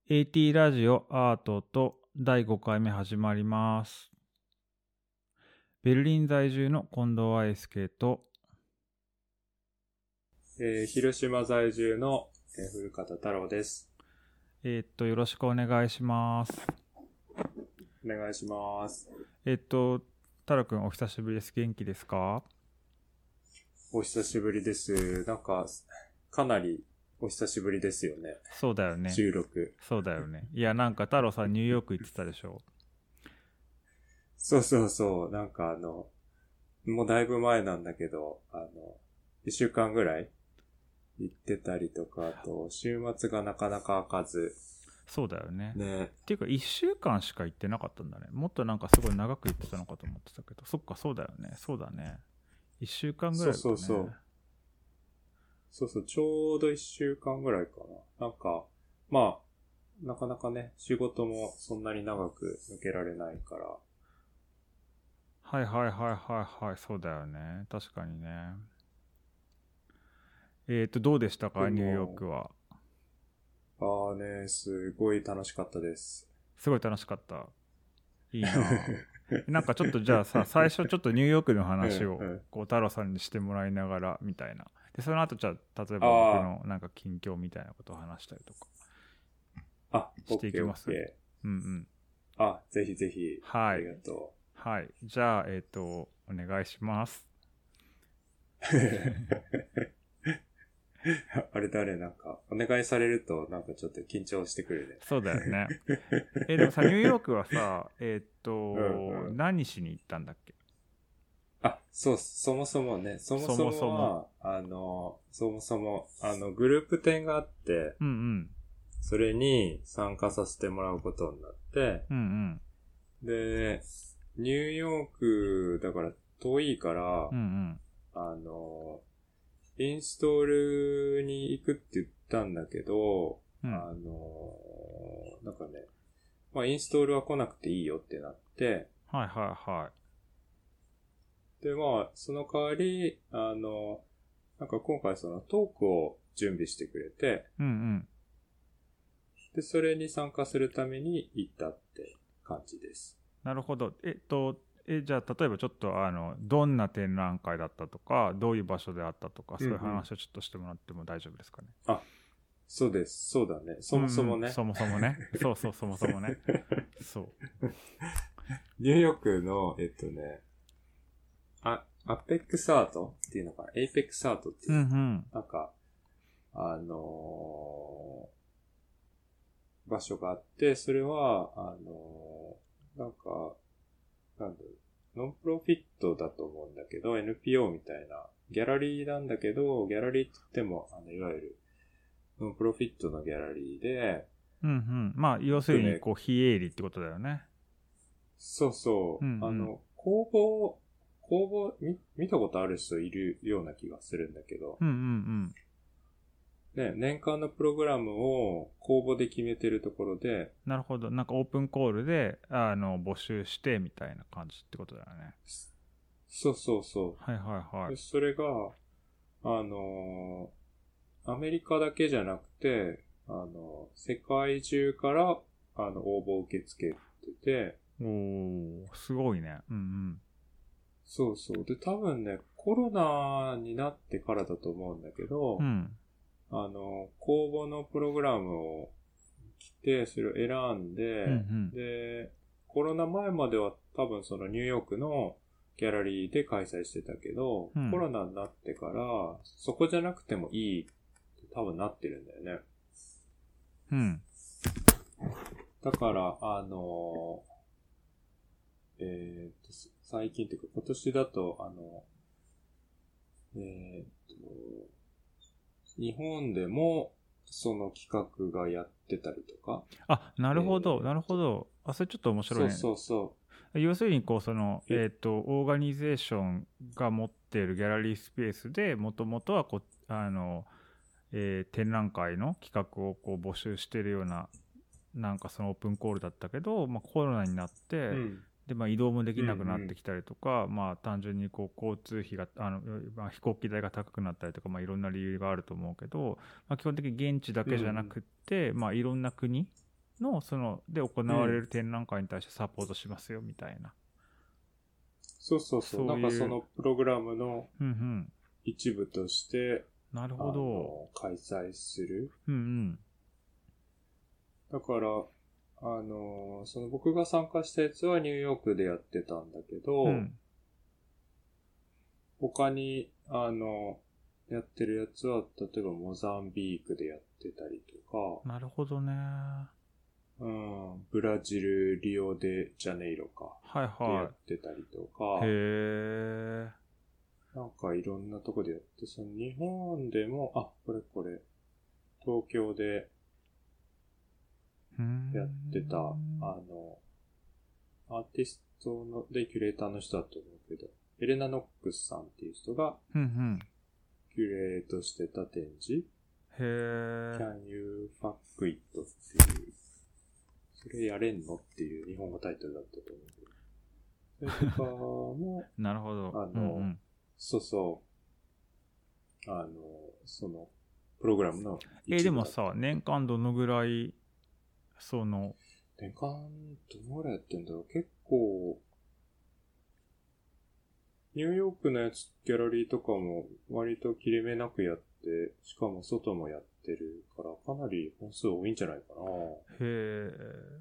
AT ラジオアートと第5回目始まります。ベルリン在住の近藤愛介と、 広島在住の、古方太郎です。 よろしくお願いします。 お願いします。 太郎くんお久しぶりです。元気ですか？ お久しぶりです。なんか、かなりお久しぶりですよね。 そうだよね。 収録。 そうだよね。いや、なんか太郎さんニューヨーク行ってたでしょ？ そう。なんかもうだいぶ前なんだけど、一週間ぐらい行ってたりとか、あと、週末がなかなか開かず。 そうだよね。 ね。 っていうか、1週間しか行ってなかったんだね。もっとなんかすごい長く行ってたのかと思ってたけど、そっか、そうだよね。そうだね。1週間ぐらいだったね。 そう、ちょうど一週間ぐらいかな。なんか、まあ、なかなかね、仕事もそんなに長く抜けられないから。 はい、そうだよね。確かにね。どうでしたか、ニューヨークは。 ああね、すごい楽しかったです。 すごい楽しかった。いいななんかちょっとじゃあさ、最初ちょっとニューヨークの話をこう太郎さんにしてもらいながらみたいな。で、その後じゃあ、例えば僕のなんか近況みたいなことを話したりとかしていきます。うんうん。 あ、ぜひぜひ。 はい。 ありがとう。はい。じゃあ、お願いします。 あれ誰なんか、お願いされるとなんかちょっと緊張してくるね。 そうだよね。でもさ、ニューヨークはさ、何しに行ったんだっけ？ そう、そもそもは、そもそも、グループ展があって、 うんうん。 それに参加させてもらうことになって、 うんうん、で、ニューヨーク、だから遠いから、 うんインストールに行くって言ったんだけど、 うん、 なんかね、まあインストールは来なくていいよってなって、 はい。 で、まあ、その代わり、なんか今回そのトークを準備してくれて、 うんうん。 で、それに参加するために行ったって感じです。 なるほど。じゃあ、例えばちょっと、どんな展覧会だったとか、どういう場所であったとか、そういう話をちょっとしてもらっても大丈夫ですかね。 あ、そうです。そうだね。そもそもね。 そもそもね。そう、そもそもね。そう。 ニューヨークの、アペックスアートっていうのかな、エイペックスアートっていう、なんか、場所があって、それは、なんか、なんだろう、ノンプロフィットだと思うんだけど、NPO みたいな、ギャラリーなんだけど、ギャラリーって言っても、いわゆる、ノンプロフィットのギャラリーで、 まあ、要するに、こう、非営利ってことだよね。 そうそう。公募見たことある人いるような気がするんだけど、ね、年間のプログラムを公募で決めてるところで、 なるほど。なんかオープンコールで、募集してみたいな感じってことだよね。 そう。 はい。 でそれが、アメリカだけじゃなくて、世界中から、応募を受け付けてて、 すごいね。 そう。で、多分ね、コロナになってからだと思うんだけど、公募のプログラムを来て、それを選んで、で、コロナ前までは多分そのニューヨークのギャラリーで開催してたけど、コロナになってから、そこじゃなくてもいいって多分なってるんだよね。だから、最近というか今年だと、日本でもその企画がやってたりとか。 あ、なるほど。あ、それちょっと面白いね。 そう。 要するに、こう、その、オーガニゼーションが持っているギャラリースペースで、もともとはこう、展覧会の企画をこう募集しているような、なんかそのオープンコールだったけど、まあ、コロナになって、で、まあ、移動もできなくなってきたりとか、まあ、単純にこう交通費がまあ、飛行機代が高くなったりとか、まあ、いろんな理由があると思うけど、まあ、基本的に現地だけじゃなくって、まあ、いろんな国の、で行われる展覧会に対してサポートしますよ、みたいな。 そうそうそう。なんかそのプログラムのうんうん。 一部として、 なるほど。 開催する。 うんうん。 だから、その僕が参加したやつはニューヨークでやってたんだけど、うん、他に、やってるやつは、例えばモザンビークでやってたりとか。 なるほどね。 うん。ブラジル、リオデジャネイロか。 はいはい。 でやってたりとか。 へー。 なんかいろんなとこでやって、その日本でも、これ、東京でやってた、アーティストの、で、キュレーターの人だと思うけど、エレナ・ノックスさんっていう人が、キュレートしてた展示、Can You Fuck It っていう、それやれんのっていう日本語タイトルだったと思うけど、それとかも、 なるほど。 そうそう、その、プログラムのでもさ、年間どのぐらい、 年間どのぐらいやってんだろう。結構、ニューヨークのやつ、ギャラリーとかも割と切れ目なくやって、しかも外もやってるから、かなり本数多いんじゃないかな。 へ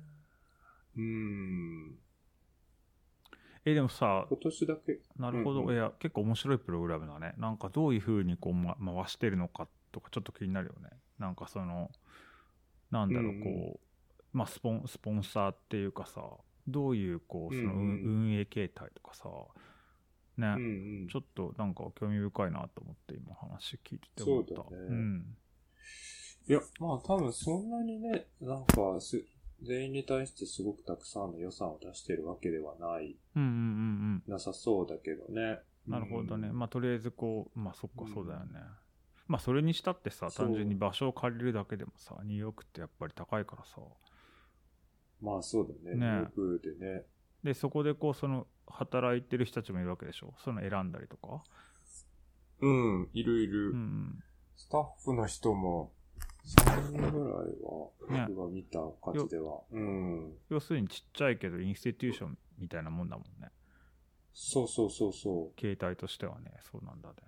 ー。 でもさ、 今年だけ。 なるほど。いや、結構面白いプログラムだね。なんかどういう風にこう、回してるのかとかちょっと気になるよね。なんかなんだろう、こう、スポンサーっていうかさ、どういうこう、運営形態とかさ、ね、ちょっとなんか興味深いなと思って今話聞いてて思った。 そうだね。いや、多分そんなにね、なんか全員に対してすごくたくさんの予算を出してるわけではない。なさそうだけどね。 なるほどね。とりあえずこう、そっかそうだよね。それにしたってさ、単純に場所を借りるだけでもさ、ニューヨークってやっぱり高いからさ。 そうだね。ニューヨークでね。 で、そこでこう、働いてる人たちもいるわけでしょ。選んだりとか。 いるいる。スタッフの人も、3人ぐらいは、僕が見た感じでは。 要するにちっちゃいけど、インスティテューションみたいなもんだもんね。 そうそうそうそう。 形態としてはね、そうなんだね。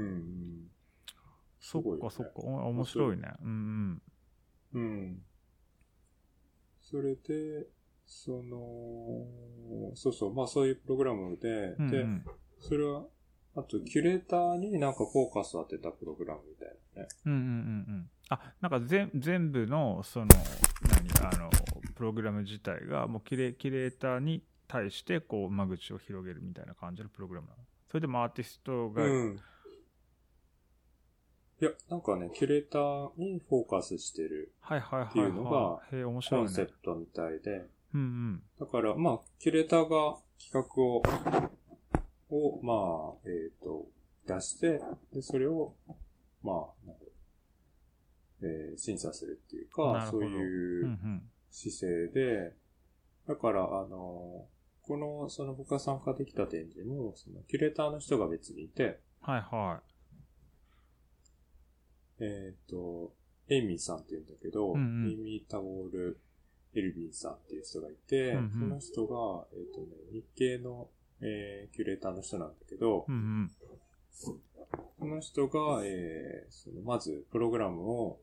そっかそっか、面白いね。 それで、そうそう、そういうプログラムで、で、それは、あと、キュレーターになんかフォーカス当てたプログラムみたいなね。 なんか全部の、プログラム自体が、もうキュレーターに対して、こう、間口を広げるみたいな感じのプログラムなの。それでもアーティストが、 いや、なんかね、キュレーターにフォーカスしてるっていうのが、コンセプトみたいで、だから、キュレーターが企画を出して、で、それを、審査するっていうか、そういう姿勢で、だから、僕が参加できた展示も、キュレーターの人が別にいて、エイミーさんって言うんだけど、エイミー・タオール・エルビンさんっていう人がいて、その人が、日系の、キュレーターの人なんだけど、その人が、まず、プログラムを、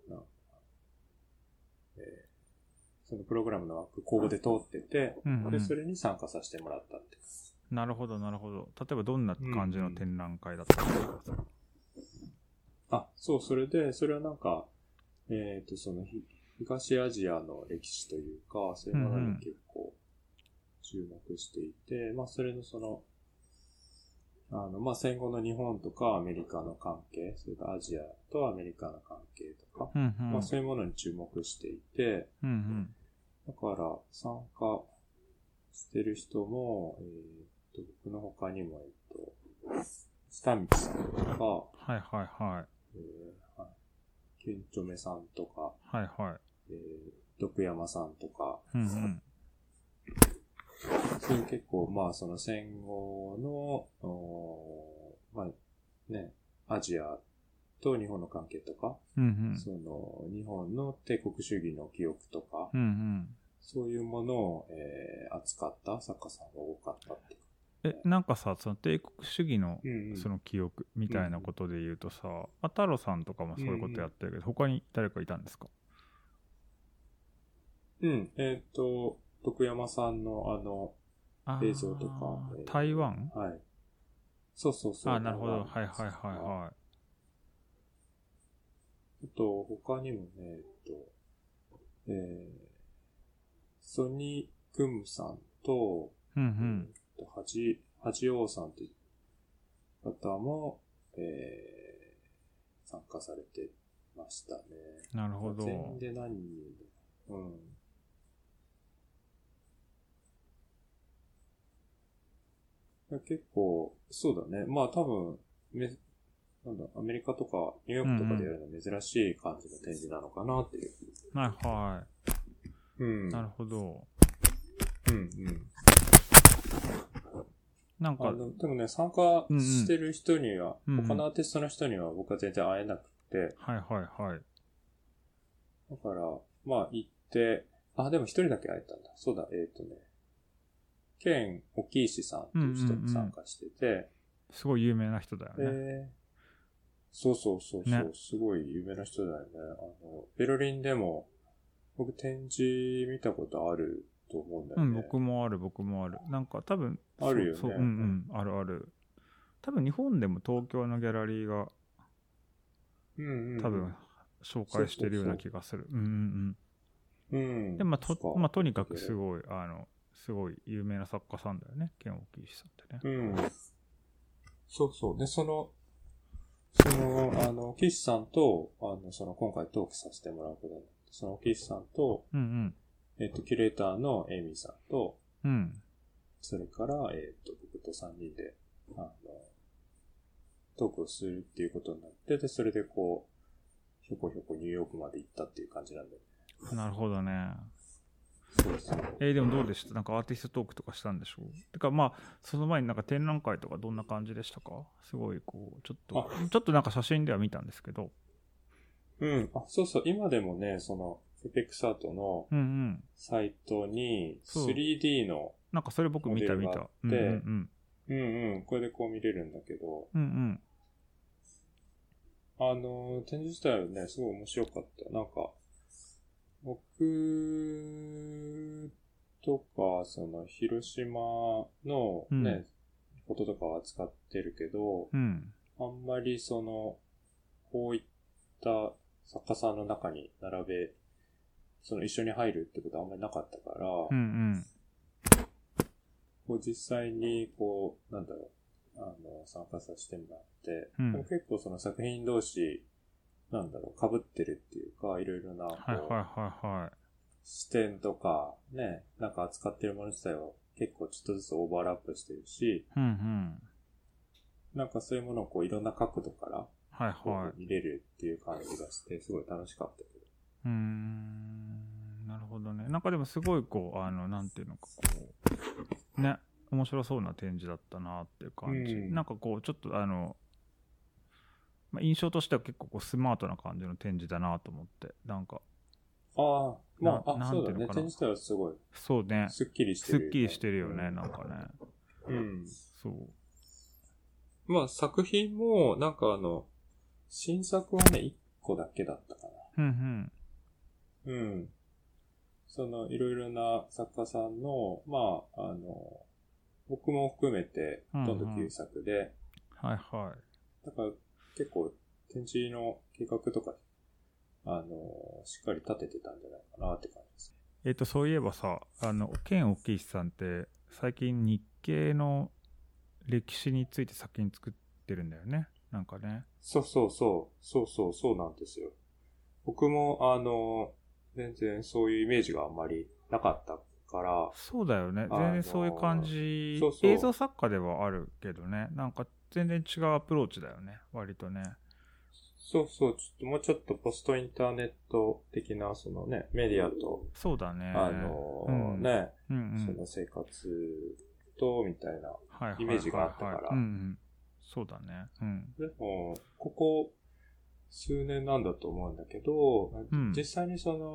そのプログラムの枠、公募で通ってて、で、それに参加させてもらったって。 なるほど、なるほど。例えばどんな感じの展覧会だったんですか？ そう、それはなんか、東アジアの歴史というか、そういうものに結構注目していて、それの戦後の日本とかアメリカの関係、それからアジアとアメリカの関係とか、そういうものに注目していて、だから参加してる人も、僕の他にも、下道さんとか、ケンチョメさんとか、徳山さんとか、そういう結構、戦後の、アジアと日本の関係とか、 うんうん、 その日本の帝国主義の記憶とか、 うんうん、 そういうものを、扱った作家さんが多かったっていう。 なんかさ、その帝国主義のうんうん、 その記憶みたいなことで言うとさ、太郎さんとかもそういうことやってるけど、他に誰かいたんですか？ うん、徳山さんの映像とか、 台湾？ はい。そうそうそう。 なるほど。はいはいはいはい。 あと、他にもね、ソニー・クムさんと、 うんうん、 八王さんという方も、参加されてましたね。 なるほど。 全員で何人だ、結構、そうだね。まあ多分、アメリカとかニューヨークとかでやるの珍しい感じの展示なのかなっていう。 はいはい。 うん。 なるほど。 うんうん。 なんかでもね、参加してる人には、他のアーティストの人には僕は全然会えなくて。 はいはいはい。 だから、まあ行って、でも一人だけ会えたんだ。そうだ、ケン・オキーシさんっていう人に参加してて、 すごい有名な人だよね。 そうそうそうそう、ね、すごい有名な人だよね。ベルリンでも、僕展示見たことあると思うんだよね。 僕もある。なんか多分、 あるよね。 そうあるある。多分日本でも東京のギャラリーが、多分紹介してるような気がする。で、とにかくすごい、すごい有名な作家さんだよね。ケン・オキーシさんってね。そうそう。で、キーシさんと、今回トークさせてもらうことになって、そのキーシさんと、キュレーターのエイミーさんと、それから、僕と3人で、トークをするっていうことになって、で、それでこう、ひょこひょこニューヨークまで行ったっていう感じなんだよね。なるほどね。 そうそう。 でもどうでした？なんかアーティストトークとかしたんでしょう？てかまあ、その前になんか展覧会とかどんな感じでしたか？すごいこう、ちょっとなんか写真では見たんですけど。 そうそう。今でもね、その、エペックスアートのサイトに 3D のなんかそれ僕見た。 これでこう見れるんだけど、展示自体はね、すごい面白かった。なんか、僕とか、その、広島のね、こととかは扱ってるけど、あんまりその、こういった作家さんの中にその一緒に入るってことはあんまりなかったから、こう実際にこう、参加させてもらって、でも結構その作品同士、被ってるっていうか、いろいろな、視点とか、ね、なんか扱ってるもの自体は結構ちょっとずつオーバーラップしてるし、なんかそういうものをこういろんな角度から、見れるっていう感じがして、すごい楽しかったけど。 なるほどね。なんかでもすごいこう、なんていうのかこう、ね、面白そうな展示だったなっていう感じ。なんかこう、ちょっと印象としては結構こうスマートな感じの展示だなと思って、なんか。 そうだね。展示自体はすごい。 そうね。 すっきりしてる、 すっきりしてるよね、なんかね。そう。 まあ作品も、なんか新作はね、1個だけだったかな。その、いろいろな作家さんの、まあ、僕も含めて、ほとんど旧作で。だから結構、展示の計画とか、しっかり立ててたんじゃないかなって感じです。 そういえばさ、ケン・オキーシさんって、最近日系の歴史について作品作ってるんだよね。なんかね。 そうなんですよ。僕も、全然そういうイメージがあんまりなかったから。 そうだよね。全然そういう感じ。映像作家ではあるけどね。なんか全然違うアプローチだよね。割とね。 もうちょっとポストインターネット的な、そのね、メディアと。 そうだね。 その生活と、みたいなイメージがあったから。 そうだね。 でも、ここ数年なんだと思うんだけど、 うん、 実際に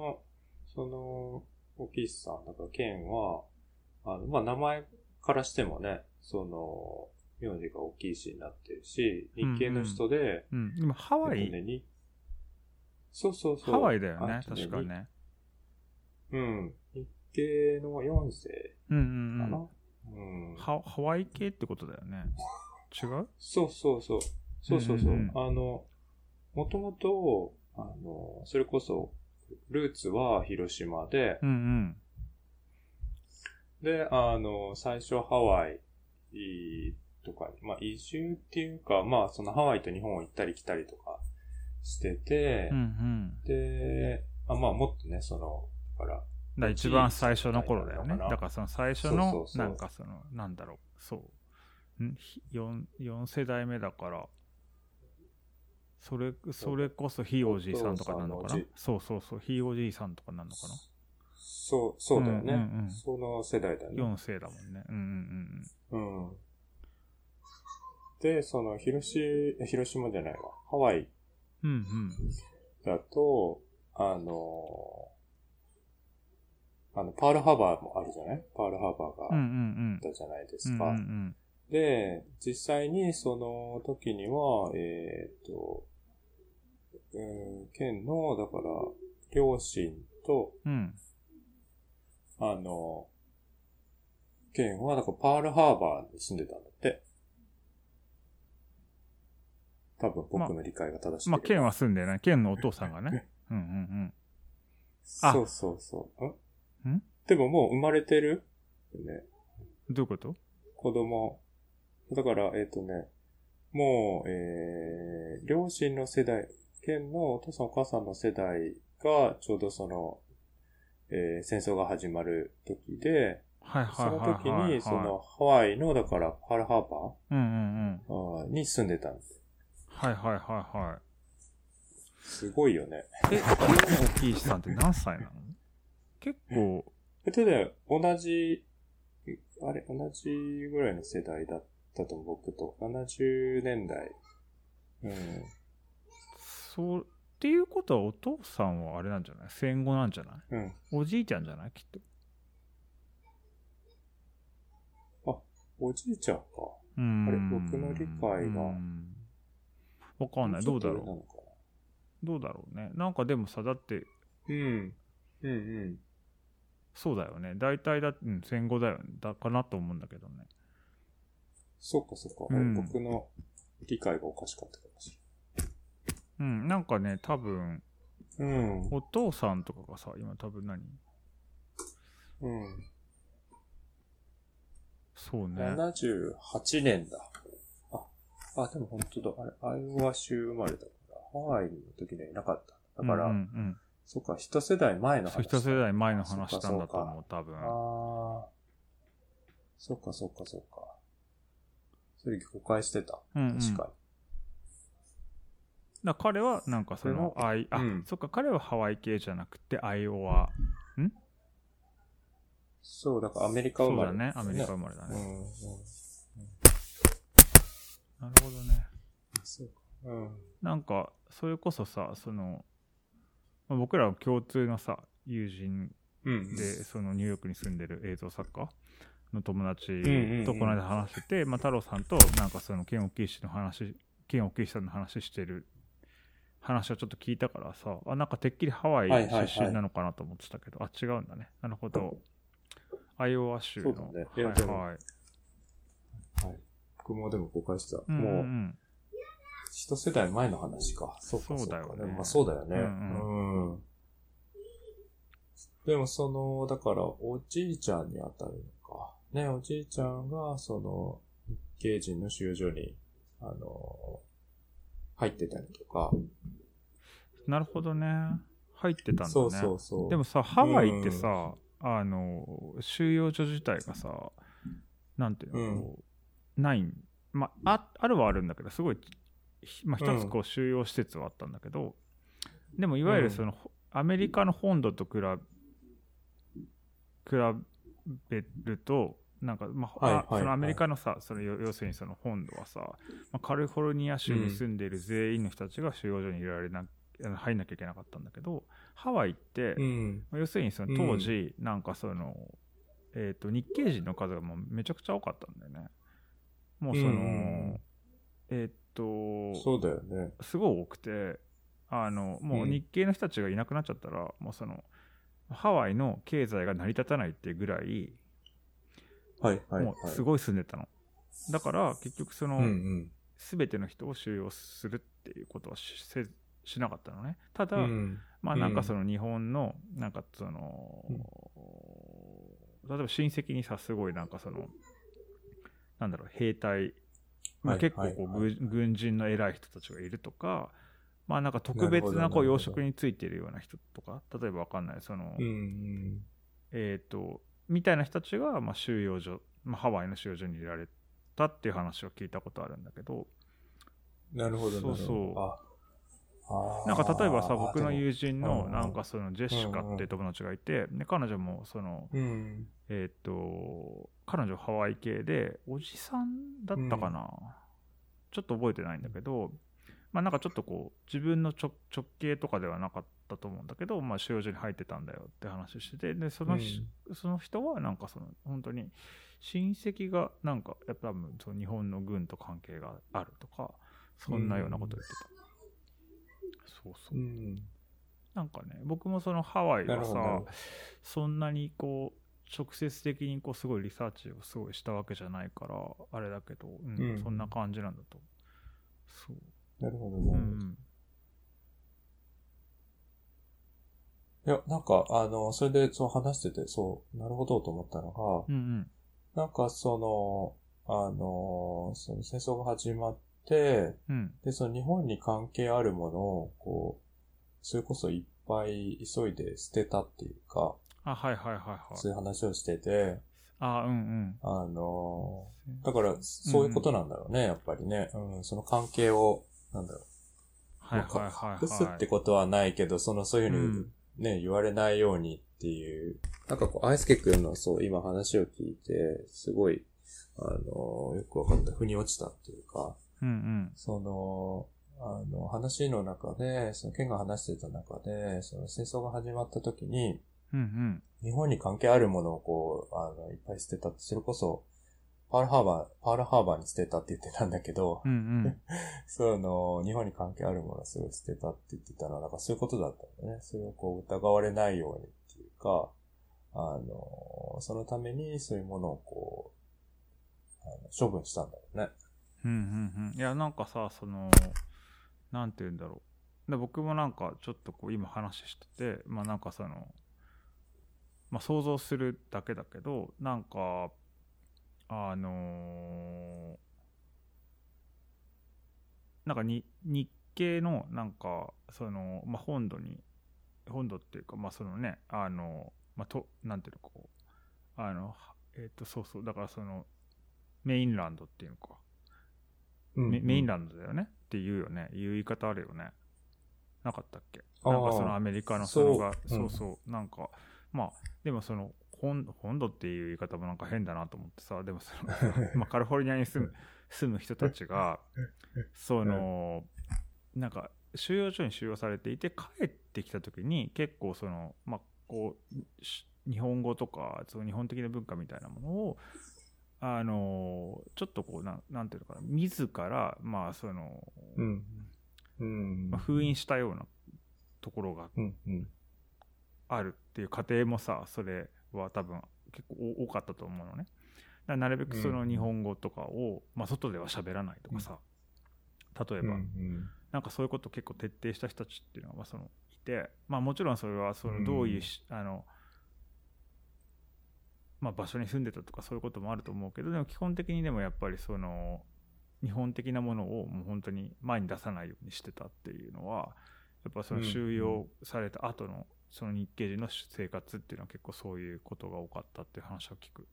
オキースさん、だからケンは、まあ、名前からしてもね、名字がオキーシになってるし、日系の人で、 うん、今ハワイ、 そうそうそう。 ハワイだよね、確かね。 うん。日系の4世かな。 うん。ハワイ系ってことだよね。違う？ そうそうそう。そうそうそう。もともと、それこそ、ルーツは広島で、で、最初ハワイとか、まあ移住っていうか、まあそのハワイと日本を行ったり来たりとかしてて、で、まあもっとね、だから、 一番最初の頃だよね。だからその最初の、なんかなんだろう、そう。4世代目だから、それこそひいおじいさんとかなのかな。そうそうそう、ひいおじいさんとかなのかな。 そうだよね。その世代だね。 4世だもんね。 で、広島じゃないわ。ハワイ。だと、パールハーバーもあるじゃない？パールハーバーがあったじゃないですか。で、実際にその時には、県の、だから、両親と、県は、だからパールハーバーに住んでたんだって。多分僕の理解が正しい。 まあ、県は住んでない。県のお父さんがね。 そうそうそう。でももう生まれてるね。 どういうこと？ 子供。だから、もう、両親の世代、県のお父さんお母さんの世代が、ちょうど戦争が始まる時で、その時に、ハワイの、だから、パールハーバーに住んでたんです。すごいよね。 オキーシさんって何歳なの？結構。 同じぐらいの世代だったと僕と。70年代。 そうっていうことはお父さんはあれなんじゃない？戦後なんじゃない？おじいちゃんじゃない？きっと。 あ、おじいちゃんか。あれ、僕の理解が。 わかんない。どうだろうね。なんかでもさ、だって。そうだよね。大体戦後だよね。だかなと思うんだけどね。 そっか。僕の理解がおかしかったかもしれない。 なんかね、多分、お父さんとかがさ、今多分そうね。 78年だ。でも本当だ。アイオワ州生まれだから、ハワイの時にはいなかった。だから、そっか、一世代前の話。 一世代前の話したんだと思う、多分。 そっか。それ誤解してた。確かに。彼は、なんかそっか、彼はハワイ系じゃなくて、アイオワ、 そう、だからアメリカ生まれ。 そうだね、アメリカ生まれだね。なるほどね。 そうか。 なんか、それこそさ、僕らは共通のさ、友人で、ニューヨークに住んでる映像作家の友達とこの間話してて、太郎さんとなんかケン・オキーシさんの話してる話をちょっと聞いたからさ、なんかてっきりハワイ出身なのかなと思ってたけど、違うんだね。なるほど。アイオワ州の。はい。 僕もでも誤解した。もう、一世代前の話か。そうだよね。まあそうだよね。でもだから、おじいちゃんに当たるのか。ね、おじいちゃんが、日系人の収容所に、入ってたりとか。 なるほどね。入ってたんだね。 そう。 でもさ、ハワイってさ、収容所自体がさ、なんていうの、ない。まあ、あるはあるんだけど、すごい、まあ、一つ収容施設はあったんだけど、でもいわゆるアメリカの本土と比べると、 なんか、まあ、 はいはいはい、 そのアメリカのさ、その要するにその本土はさ、まあ、カリフォルニア州に住んでいる全員の人たちが収容所に入れられな入んなきゃいけなかったんだけど、ハワイって、要するにその当時、なんかその、日系人の数がもうめちゃくちゃ多かったんだよね。もうその、 そうだよね。 すごい多くて、もう日系の人たちがいなくなっちゃったら、もうその、ハワイの経済が成り立たないっていうぐらい、 はいはいはい、 もうすごい住んでたの。だから結局その、全ての人を収容するっていうことはしなかったのね。ただ、まあなんかその日本の、なんかその、例えば親戚にさ、すごいなんかその、なんだろう、兵隊、まあ、結構こう、軍人の偉い人たちがいるとか、まあなんか特別なこう養殖についてるような人とか、例えばわかんない、その、みたいな人たちが、まあ収容所、まあハワイの収容所に入れられたっていう話を聞いたことあるんだけど。 なるほど、 そうそう。なんか例えばさ、僕の友人の、なんかそのジェシカっていう友達がいて、で、彼女もその、彼女ハワイ系で、おじさんだったかな、ちょっと覚えてないんだけど、まあなんかちょっとこう、自分の直系とかではなかったと思うんだけど、まあ収容所に入ってたんだよって話をしてて、で、その人はなんかその、本当に、親戚がなんか、やっぱ多分その日本の軍と関係があるとか、そんなようなことを言ってた。そうそう。なんかね、僕もそのハワイはさ、そんなにこう、直接的にこうすごいリサーチをすごいしたわけじゃないからあれだけど、そんな感じなんだと。そう。 なるほどね。いや、なんかそれでそう話してて、そうなるほどと思ったのが、なんかそのその戦争が始まって、でその日本に関係あるものをこうそれこそいっぱい急いで捨てたっていうか。そういう話をしてて。だから、そういうことなんだろうね、やっぱりね。その関係を、なんだろう。隠すってことはないけど、そういうふうにね、言われないようにっていう。なんかこう、愛介くんの今話を聞いて、すごい、よくわかった。腑に落ちたっていうか、話の中で、ケンが話してた中で、戦争が始まった時に、日本に関係あるものをこう、いっぱい捨てたって、それこそ、パールハーバーに捨てたって言ってたんだけど、日本に関係あるものをすごい捨てたって言ってたのは、なんかそういうことだったんだね。それをこう疑われないようにっていうか、そのためにそういうものをこう、処分したんだろうね。 いや、なんかさ、なんて言うんだろう。で僕もなんかちょっとこう今話してて、まあなんかまあ想像するだけだけど、なんか、なんか日系のなんか、まあ本土っていうか、まあそのね、まあなんていうの、こう、そうそう、だからメインランドっていうのか。メインランドだよねっていうよね。いう言い方あるよね。なかったっけ？なんかアメリカのそうなんか、まあ、でも本土っていう言い方もなんか変だなと思ってさ、でもまあカリフォルニアに住む人たちが、なんか収容所に収容されていて帰ってきた時に結構まあこう、日本語とか、日本的な文化みたいなものを、ちょっとこうなんていうのかな、自らまあまあ、封印したようなところがあるっていう過程もさ、それは多分結構多かったと思うのね。なるべく日本語とかを、まあ、外では喋らないとかさ、例えば、なんかそういうことを結構徹底した人たちっていうのがいて、まあもちろんそれはどういうまあ、場所に住んでたとかそういうこともあると思うけど、でも基本的にでもやっぱり日本的なものをもう本当に前に出さないようにしてたっていうのは、やっぱ収容された後の日系人の生活っていうのは結構そういうことが多かったっていう話を聞く。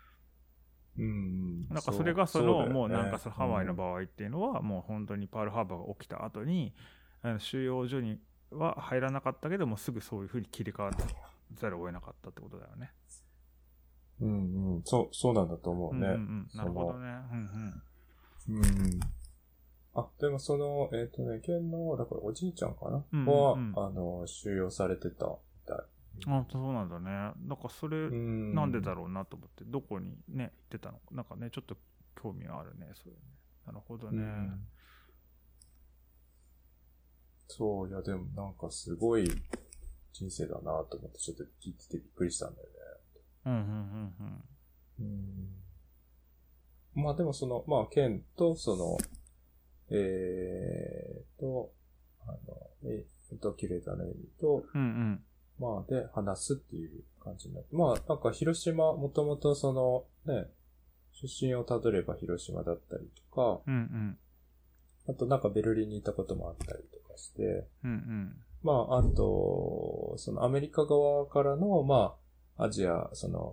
なんかそれがもうなんかハワイの場合っていうのはもう本当にパールハーバーが起きた後に収容所には入らなかったけどもすぐそういうふうに切り替わらざるを得なかったってことだよね。 うんうん。そうなんだと思うね。 なるほどね。 でもケンの、だからおじいちゃんかな、収容されてたみたい。 そうなんだね。なんかそれ、なんでだろうなと思って、どこにね、行ってたのか。なんかね、ちょっと興味があるね、それね。なるほどね。 そう、いやでもなんかすごい人生だなと思ってちょっと聞いててびっくりしたんだよね。まあでもケンとキュレーターのエミと、まあで話すっていう感じになって。まあなんか広島、もともと出身をたどれば広島だったりとか、あとなんかベルリンにいたこともあったりとかして、まああと、アメリカ側からの、まあアジア、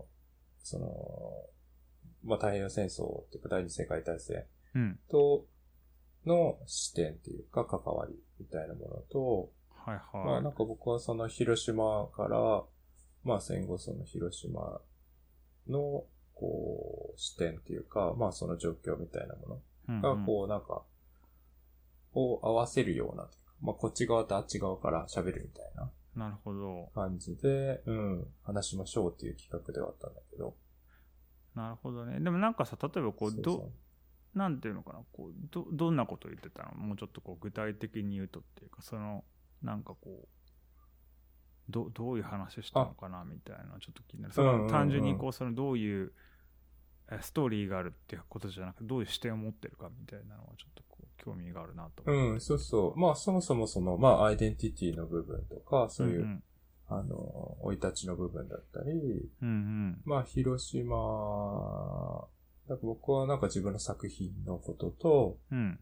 まあ太平洋戦争っていうか第二次世界大戦との視点っていうか関わりみたいなものと、まあなんか僕は広島から、まあ戦後広島のこう視点っていうか、まあその状況みたいなものがこうなんか、を合わせるような、まあこっち側とあっち側から喋るみたいな。 なるほど。 感じで、話しましょうっていう企画ではあったんだけど。 なるほどね。でもなんかさ、例えばこう、なんていうのかな、こう、どんなこと言ってたの？もうちょっとこう具体的に言うとっていうか、なんかこう、どういう話したのかなみたいなちょっと気になる。単純にこうどういうストーリーがあるっていうことじゃなくて、どういう視点を持ってるかみたいなのはちょっとこう興味があるなと思って。 そうそう。まあそもそもまあアイデンティティの部分とか、そういう、生い立ちの部分だったり、まあ広島、なんか僕はなんか自分の作品のことと、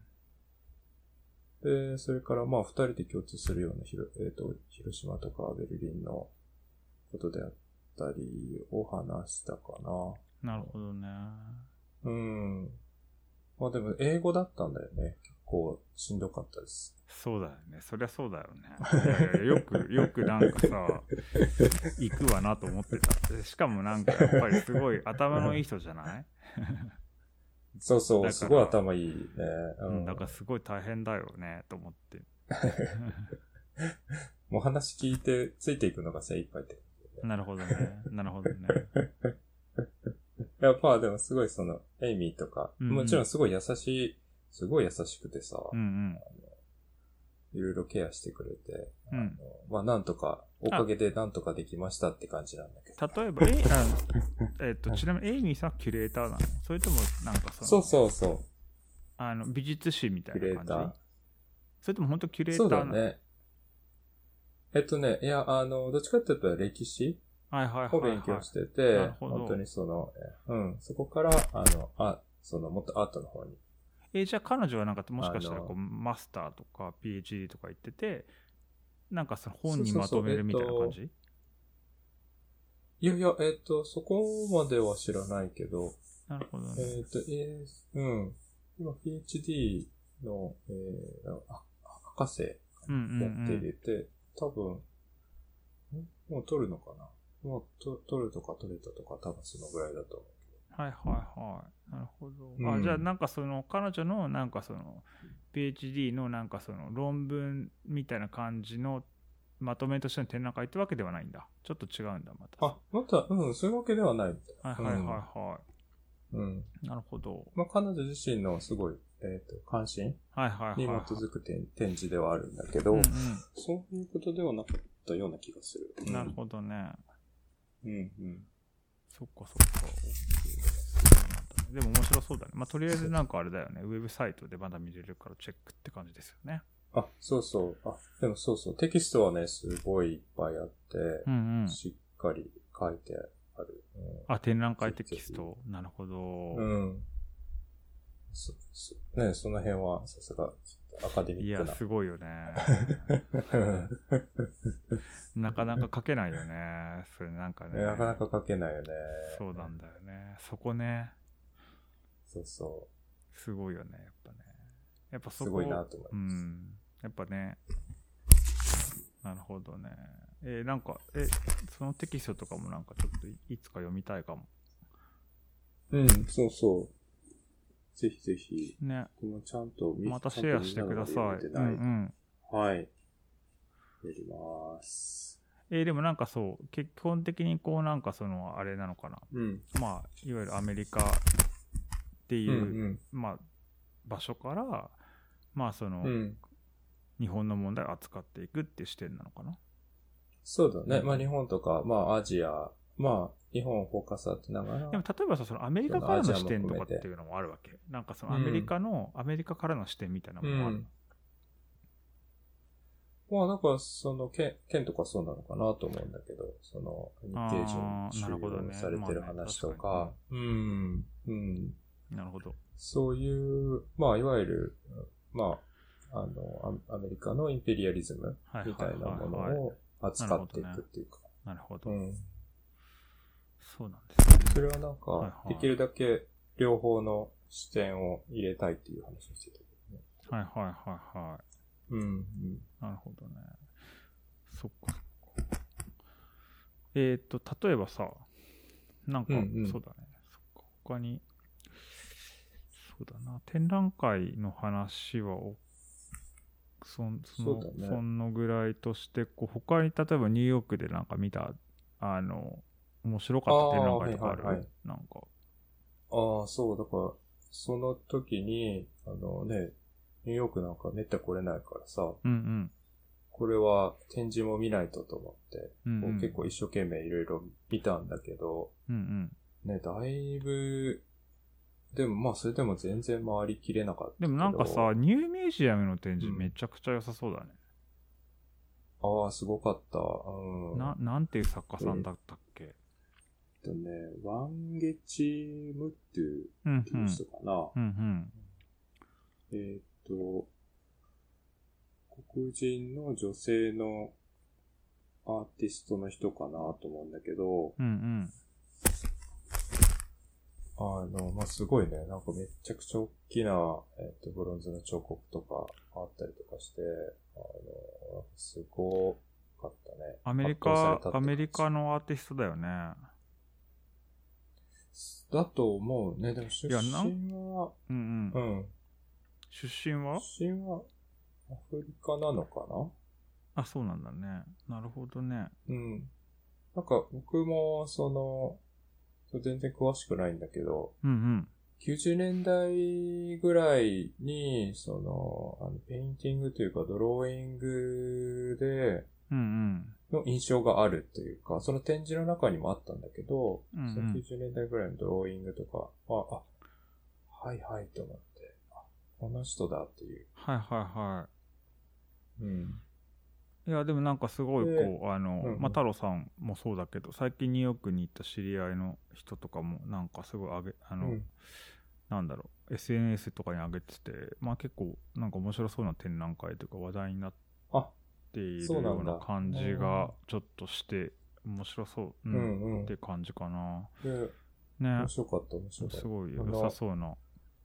で、それからまあ二人で共通するような広島とかベルリンのことであったりを話したかな。 なるほどね。 まあでも英語だったんだよね。結構しんどかったです。 そうだよね。そりゃそうだよね。いやよくなんかさ、行くわなと思ってた。しかもなんかやっぱりすごい頭のいい人じゃないそうそう、すごい頭いいね。 だからすごい大変だよね、と思って。 もう話聞いてついていくのが精一杯って、 なるほどね。なるほどね。 やっぱでもすごいエイミーとか、もちろんすごい優しくてさ、いろいろケアしてくれて、まあなんとか、おかげでなんとかできましたって感じなんだけど。 例えば、ちなみにエイミーさんはキュレーターなの？それともなんかそう。 美術史みたいな感じ？キュレーター？それとも本当キュレーターなの？ そうだね。いや、どっちかっていうと歴史を勉強してて、本当にそこから、もっとアートの方に。 じゃあ彼女はなんかもしかしたらマスターとか PhD とか言ってて、なんか本にまとめるみたいな感じ？ いや、そこまでは知らないけど。 なるほどね。 今 PhD の、博士やっていて、多分、もう取るのかな？もう取るとか取れたとか多分そのぐらいだと思う。 なるほど。じゃあなんか彼女のなんかPhD のなんか論文みたいな感じのまとめとしての展覧会ってわけではないんだ。ちょっと違うんだ、また。 そういうわけではないみたい。 なるほど。 まあ彼女自身のすごい、関心に基づく展示ではあるんだけど、そういうことではなかったような気がする。 なるほどね。そっか。でも面白そうだね。まあ、とりあえずなんかあれだよね。ウェブサイトでまだ見れるからチェックって感じですよね。 そうそう。でもそうそう。テキストはね、すごいいっぱいあって、しっかり書いてある。 展覧会テキスト。なるほど。 ね、その辺はさすがアカデミックな。 いや、すごいよね。なかなか書けないよね。それなんかね。 なかなか書けないよね。 そうなんだよね。そこね。 そう。 すごいよね、やっぱね。やっぱそこ。 すごいなと思います。 やっぱね。なるほどね。なんか、そのテキストとかもなんかちょっといつか読みたいかも。 うん、そうそう。ぜひぜひ。 ね。 このちゃんとまたシェアしてください。うんうん。はい。やります。 でもなんかそう、基本的にこうなんかその、あれなのかな。 うん。 まあ、いわゆるアメリカっていう、 うんうん、 まあ、場所から、まあその、 うん、 日本の問題を扱っていくっていう視点なのかな。 そうだね。まあ日本とか、まあアジア、まあ日本をフォーカス当てながら。 でも例えばさ、そのアメリカからの視点とかっていうのもあるわけ。なんかそのアメリカからの視点みたいなのもある。 まあなんかその県とかそうなのかなと思うんだけど、その日系人収容されてる話とか、 なるほど。 そういう、まあいわゆる、まあ、アメリカのインペリアリズムみたいなものを扱っていくっていうか。 なるほど。そうなんですね。 それはなんか、できるだけ両方の視点を入れたいっていう話をしてたけどね。 はい。なるほどね。そっか。例えばさ、なんか、そうだね。そっか。他に、そうだな。展覧会の話は、そのぐらいとして、こう他に例えばニューヨークでなんか見た、面白かった展覧会とかある？なんか。 そう、だから、その時に、ニューヨークなんかめった来れないからさ、これは展示も見ないとと思って、結構一生懸命いろいろ見たんだけど、ね、だいぶ、でもまあそれでも全然回りきれなかったけど。 でもなんかさ、ニューミュージアムの展示めちゃくちゃ良さそうだね。 すごかった。 なんていう作家さんだったっけ？ ワンゲチムットゥっていう人かな。黒人の女性のアーティストの人かなと思うんだけど、まあ、すごいね、なんかめちゃくちゃ大きな、ブロンズの彫刻とかあったりとかして、すごかったね。 アメリカのアーティストだよね。 だと思うね。でも出身は、 出身はアフリカなのかな？ そうなんだね。なるほどね。 なんか僕も全然詳しくないんだけど、90年代ぐらいに、ペインティングというかドローイングで、の印象があるというか、その展示の中にもあったんだけど、その90年代ぐらいのドローイングとかは、はいはいと思って、この人だっていう。 いや、でもなんかすごいこう、太郎さんもそうだけど、最近ニューヨークに行った知り合いの人とかも、なんかすごいなんだろう、SNS とかに上げてて、まあ結構なんか面白そうな展覧会というか話題になっているような感じがちょっとして、面白そう、って感じかな。 ね。面白かった、面白かった。 すごい良さそうな。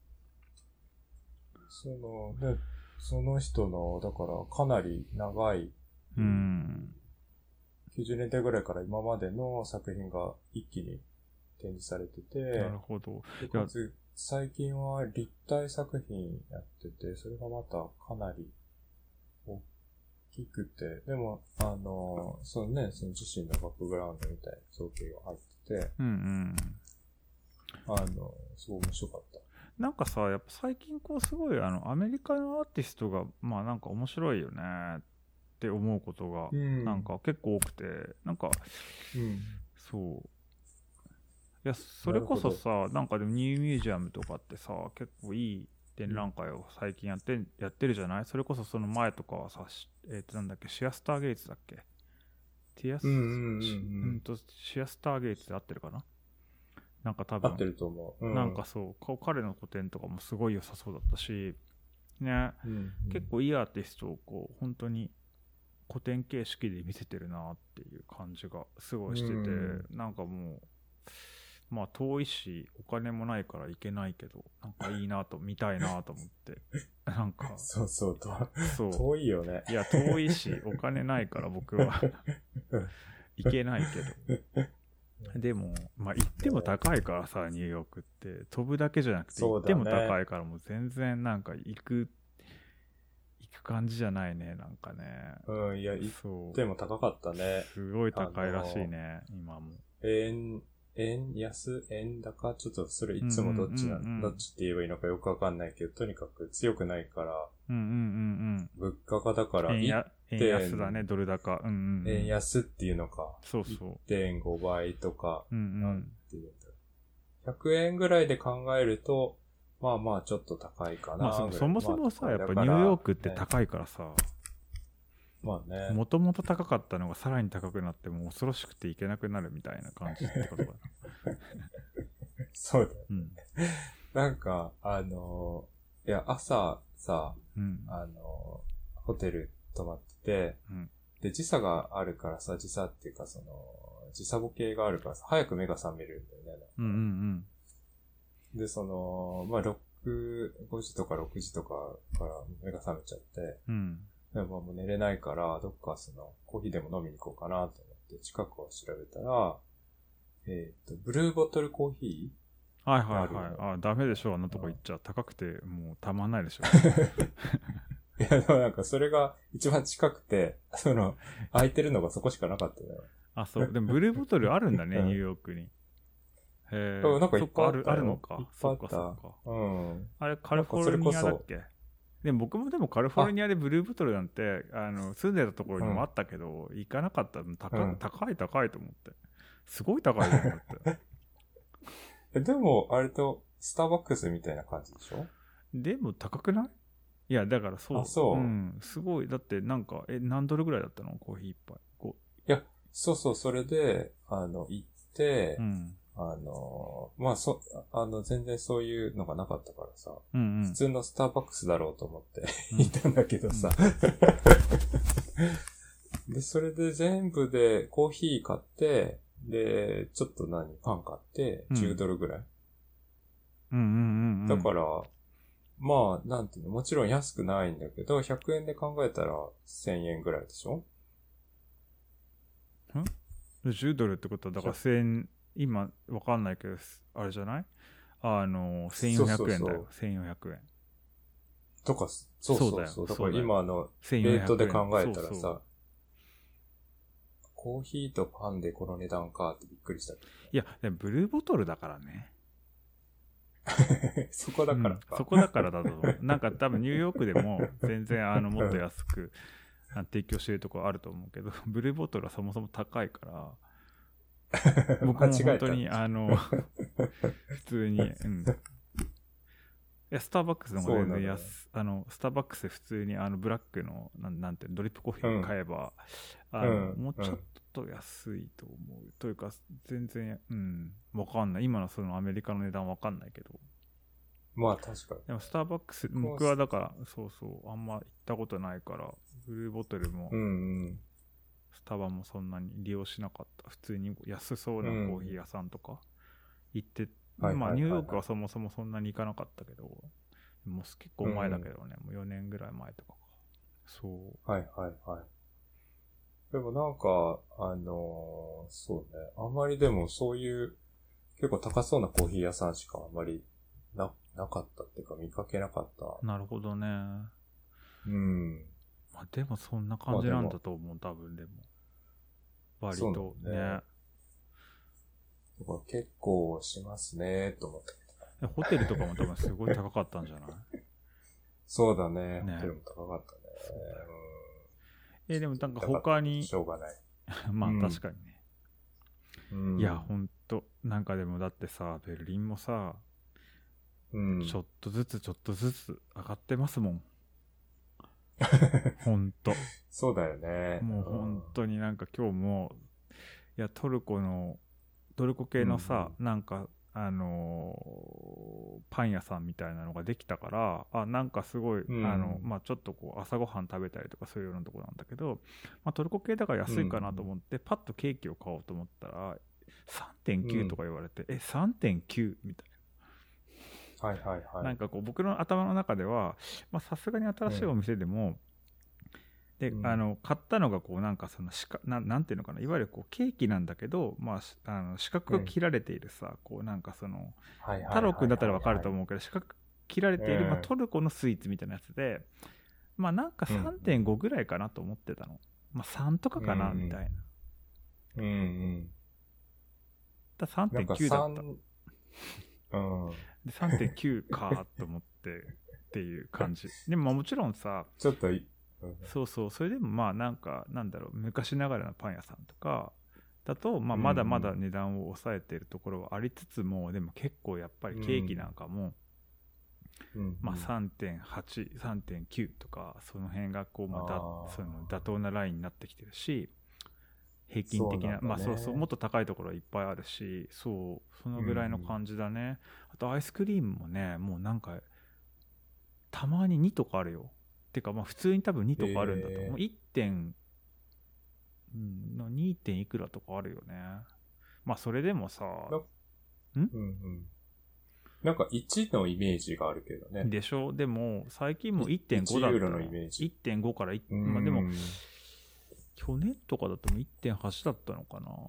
その人の、だからかなり長い、90年代ぐらいから今までの作品が一気に展示されてて、 なるほど。 かつ最近は立体作品やってて、それがまたかなり大きくて、でも、その自身のバックグラウンドみたいな造形が入ってて、すごい面白かった。 なんかさ、やっぱ最近こうすごいアメリカのアーティストがまあなんか面白いよねって思うことがなんか結構多くて、なんか、そう。いや、それこそさ、なんかでもニューミュージアムとかってさ、結構いい展覧会を最近やってるじゃない？それこそその前とかはさ、なんだっけ、シアスターゲイツだっけ？シアスターゲイツで合ってるかな？なんか多分合ってると思う。 なんかそう、彼の個展とかもすごい良さそうだったし、ね、結構いいアーティストをこう本当に個展形式で見せてるなっていう感じがすごいしてて、なんかもうまあ遠いしお金もないから行けないけど、なんかいいなと見たいなと思ってなんかそう遠いよね。 いや遠いしお金ないから僕は行けないけど。 でも、まあ行っても高いからさ、ニューヨークって。飛ぶだけじゃなくて、行っても高いから、もう全然なんか行く感じじゃないね、なんかね。 うん、いや、行っても高かったね。 すごい高いらしいね、今も。 円高ちょっとそれいつもどっちって言えばいいのかよくわかんないけど、とにかく強くないから、物価がだから円安だね、ドル高。 円安っていうのか。 そうそう。 1.5 倍とか、なんていうんだ。100円ぐらいで考えると、まあまあちょっと高いかな。 まあそもそもさ、やっぱニューヨークって高いからさ、 まあね。 もともと高かったのがさらに高くなってもう恐ろしくていけなくなるみたいな感じってことかな。 そうだよ、なんか、いや、朝さ、ホテル泊まってて、で、時差があるからさ、時差っていうか時差ボケがあるからさ、早く目が覚めるんだよね。で、まあ、5時とか6時とかから目が覚めちゃって、でももう寝れないから、どっかコーヒーでも飲みに行こうかなと思って近くを調べたら、ブルーボトルコーヒーはい。ダメでしょ、あんなとこ行っちゃ。高くて、もうたまんないでしょ。 いや、でもなんかそれが一番近くて、空いてるのがそこしかなかったよ。 あ、そう。でもブルーボトルあるんだね、ニューヨークに。 へぇ。なんかいっぱいあったあるのか。そっか。あれ、カリフォルニアだっけ？でも僕もでもカリフォルニアでブルーボトルなんて、住んでたところにもあったけど、行かなかったの高いと思って。すごい高いと思って。 でも、あれと、スターバックスみたいな感じでしょ？ でも高くない？いや、だからそう。 あ、そう。 すごい。だってなんか、何ドルぐらいだったの？コーヒー一杯。 いや、そう、それで、行って、まあ、全然そういうのがなかったからさ、普通のスターバックスだろうと思って行ったんだけどさ、で、それで全部でコーヒー買って、で、ちょっとパン買って、10ドルぐらい。だから、まあ、なんていうの、もちろん安くないんだけど、100円で考えたら1000円ぐらいでしょ ？10ドルってことは、だから1000、今、わかんないけど、あれじゃない？1400円だよ。1400円。 とか、そう。だから今レートで考えたらさ、コーヒーとパンでこの値段かってびっくりした。 いや、でもブルーボトルだからね。 そこだからか、 そこだからだと思う。なんか多分ニューヨークでも全然もっと安く提供してるところあると思うけど、ブルーボトルはそもそも高いから、僕も本当に普通に、いや、スターバックスの方が全然スターバックスで普通にブラックのなんてドリップコーヒー買えば、もうちょっと安いと思う。というか、全然、わかんない。今のアメリカの値段わかんないけど。 まあ確かに。 でもスターバックス、僕はだから、あんま行ったことないから、ブルーボトルも、スタバもそんなに利用しなかった。普通に安そうなコーヒー屋さんとか行って、まあニューヨークはそもそもそんなに行かなかったけど、もう結構前だけどね、もう4年ぐらい前とかか。そう。 はい。でもなんか、そうね。あんまりでもそういう結構高そうなコーヒー屋さんしかあんまりなかったっていうか見かけなかった。 なるほどね。まあでもそんな感じなんだと思う、多分でも。割とね。だから結構しますね、と思って。 ホテルとかも多分すごい高かったんじゃない？ そうだね。ホテルも高かったね。 でもなんか他に。 しょうがない。 まあ確かにね。いや、ほんと。なんかでもだってさ、ベルリンもさ、ちょっとずつ上がってますもん。ほんと。 そうだよね。 もう本当になんか今日も、いや、トルコ系のさ、なんか、パン屋さんみたいなのができたから、なんかすごい、まあちょっとこう朝ごはん食べたりとかそういうようなところなんだけど、まあトルコ系だから安いかなと思って、パッとケーキを買おうと思ったら 3.9 とか言われて、3.9 みたいな。なんかこう僕の頭の中では、まあさすがに新しいお店でも、 で、買ったのがこうなんかそのなんていうのかな、いわゆるこうケーキなんだけど、まあ、四角が切られているさ、こうなんかその、太郎くんだったらわかると思うけど、四角切られている、まあ、トルコのスイーツみたいなやつで、まあなんか 3.5 ぐらいかなと思ってたの。まあ3とかかな、みたいな。だ 3.9 だった。で 3.9 かと思ってっていう感じ。でももちろんさ、 ちょっとそうそう、それでもまあなんかなんだろう、昔ながらのパン屋さんとかだと、まあまだまだ値段を抑えているところはありつつも、でも結構やっぱりケーキなんかも、まあ 3.8、3.9 とかその辺がこうまたその妥当なラインになってきてるし、平均的な、まあそうそう、もっと高いところはいっぱいあるし、そう、そのぐらいの感じだね。あとアイスクリームもね、もうなんかたまに2とかあるよ。てかまあ普通に多分2とかあるんだと思う。1. 2. 点いくらとかあるよね。まあそれでもさ、 なんか1のイメージがあるけどね。 でしょ。でも最近も 1.5 だったの。1.5 から1、まあでも去年とかだと 1.8 だったのかな。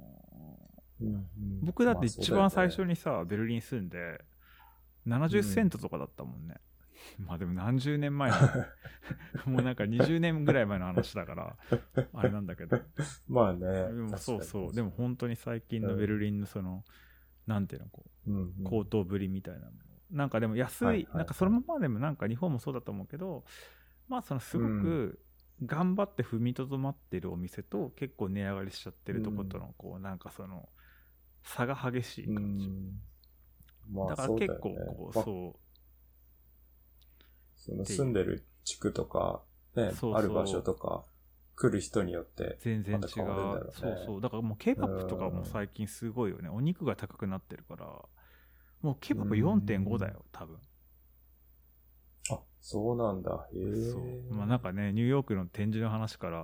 僕だって一番最初にさ、ベルリン住んで70セントとかだったもんね。まあでも何十年前のもうなんか20年ぐらい前の話だからあれなんだけど、 まあね、 でもそうそう、でも本当に最近のベルリンのその、なんていうの、こう高騰ぶりみたいなもの、なんかでも安い、なんかそのままでもなんか日本もそうだと思うけど、まあそのすごく頑張って踏みとどまってるお店と結構値上がりしちゃってるとことのこうなんかその差が激しい感じ、だから結構こう、そうその住んでる地区とか、ね、ある場所とか、来る人によって全然違う。そうそう。だからもうケバブとかも最近すごいよね。お肉が高くなってるから、もうケバブ 4.5 だよ、多分。 あ、そうなんだ。 そう。まあなんかね、ニューヨークの展示の話から、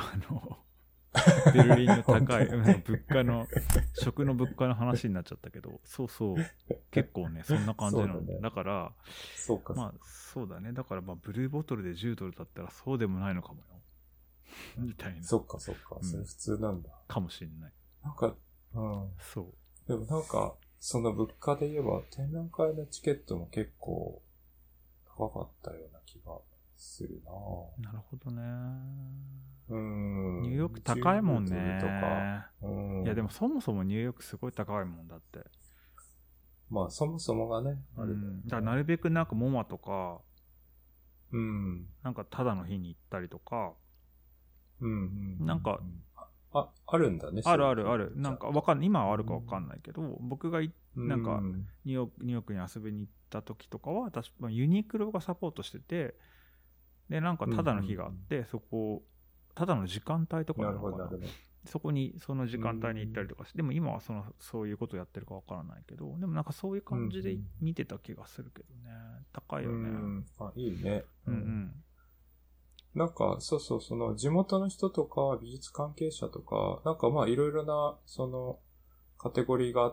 ベルリンの高い物価の、食の物価の話になっちゃったけど、そうそう。結構ね、そんな感じなの。だから、 そうか。 まあそうだね。だからまあブルーボトルで10ドルだったらそうでもないのかもよ。みたいな。 そっかそっか。それ普通なんだ。 かもしんない。 なんか、 そう。 でもなんか、その物価で言えば、展覧会のチケットも結構高かったような気がするな。 なるほどね。 ニューヨーク高いもんね。いやでもそもそもニューヨークすごい高いもんだって。 まあそもそもがね、 ある、だからなるべくなんかモマとか、なんかただの日に行ったりとか、なんか、 あるんだね。 ある。なんかわかんない。今はあるかわかんないけど、僕がなんかニューヨークに遊びに行った時とかは、私、ユニクロがサポートしてて、で、なんかただの日があって、そこ、ただの時間帯とかなのかな。そこに、その時間帯に行ったりとかして、でも今はそういうことやってるかわからないけど、でもなんかそういう感じで見てた気がするけどね。高いよね。 あ、いいね。なんか、そう、その地元の人とか美術関係者とか、なんかまあいろいろな、その、カテゴリーがあって、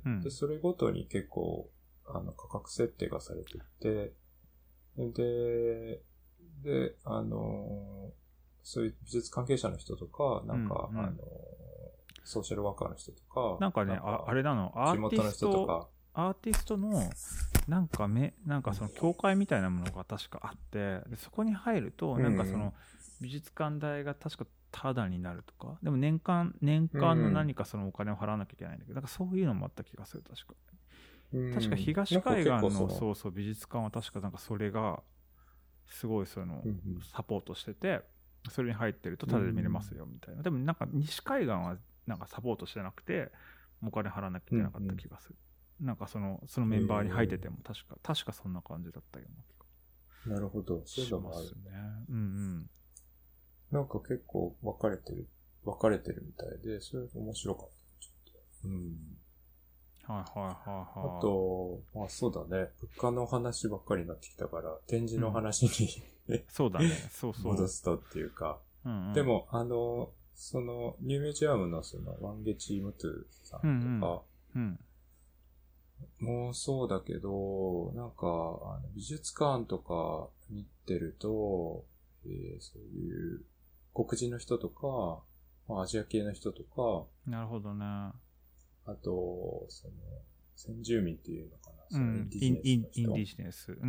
で、それごとに結構、価格設定がされていて、で、そういう美術関係者の人とか、なんか、ソーシャルワーカーの人とか、 なんかね、あれなの、アーティストの、なんかその教会みたいなものが確かあって、でそこに入ると、なんかその美術館代が確かタダになるとか、でも年間の何かそのお金を払わなきゃいけないんだけど、なんかそういうのもあった気がする、確か。確か東海岸のそう美術館は確かなんかそれが、すごいその、サポートしてて、それに入ってるとタダで見れますよ、みたいな。でもなんか西海岸はなんかサポートしてなくて、お金払わなきゃいけなかった気がする。なんかそのメンバーに入ってても確かそんな感じだったような気が。 なるほど。そういうのもあるね。 なんか結構分かれてるみたいで、それ面白かった。ちょっと。あと、まあそうだね。物価の話ばっかりになってきたから、展示の話に、 そうだね。 戻すとっていうか。でも、その、ニューミュージアムのその、ワンゲチームトゥさんとか、もうそうだけど、なんか、美術館とか見てると、 そういう黒人の人とか、アジア系の人とか、 なるほどね。 あと、先住民っていうのかな、 インディジネス。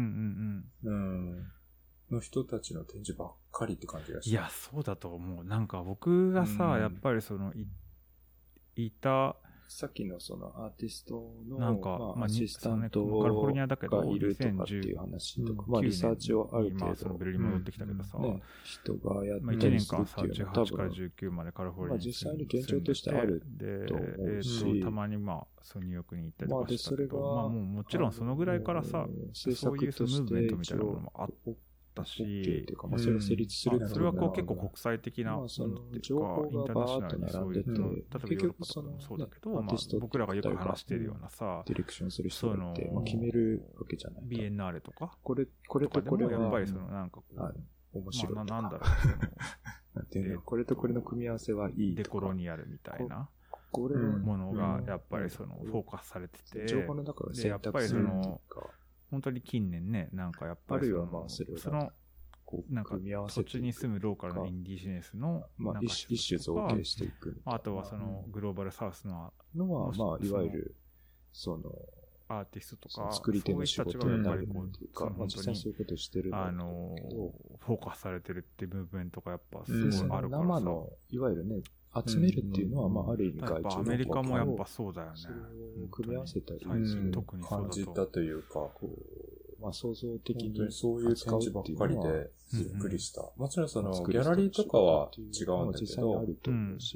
の人たちの展示ばっかりって感じがした。 いや、そうだと思う。なんか僕がさ、やっぱりいた、 さっきのそのアーティストのなんか、 アシスタントカリフォルニアだけどがいるとかっていう話とか、リサーチをある程度、 ベルリン戻ってきたけどさ、 人がやって 1年りする間さ、 っていうのは多 18から分、 19までカリフォルニアに実際に現状としてあると思うし、 たまにニューヨークに行ったりとかしたけど、もちろんそのぐらいからさ、そういうムーブメントみたいなものもあったし、 それは成立するそれは結構国際的なものっていうか、インターナショナルにそういう、例えばヨーロッパとかもそうだけど、僕らがよく話しているようなさ、 ディレクションする人がいて、決めるわけじゃない。 ビエンナーレとか、 これとこれは、 やっぱりなんか面白い。 なんだろう、 これとこれの組み合わせはいい。 デコロニアルみたいなものが、やっぱりフォーカスされてて、 情報の中が選択するっていうか、 本当に近年ね、なんかやっぱりそのなんか土地に住むローカルのインディジネスの一種造形していく。 あとはそのグローバルサウスのは、いわゆるアーティストとか、 作り手の仕事になるっていうか、 実際そういうことしてるフォーカスされてるっていうムーブメントがやっぱすごいあるからさ、 生のいわゆるね、集めるっていうのは、ある意味外アメリカもやっぱそうだよね。 組み合わせたり、 最近特に感じたというか、創造的にそういう展示ばっかりでびっくりした。もちろんギャラリーとかは違うんだけど、 違うって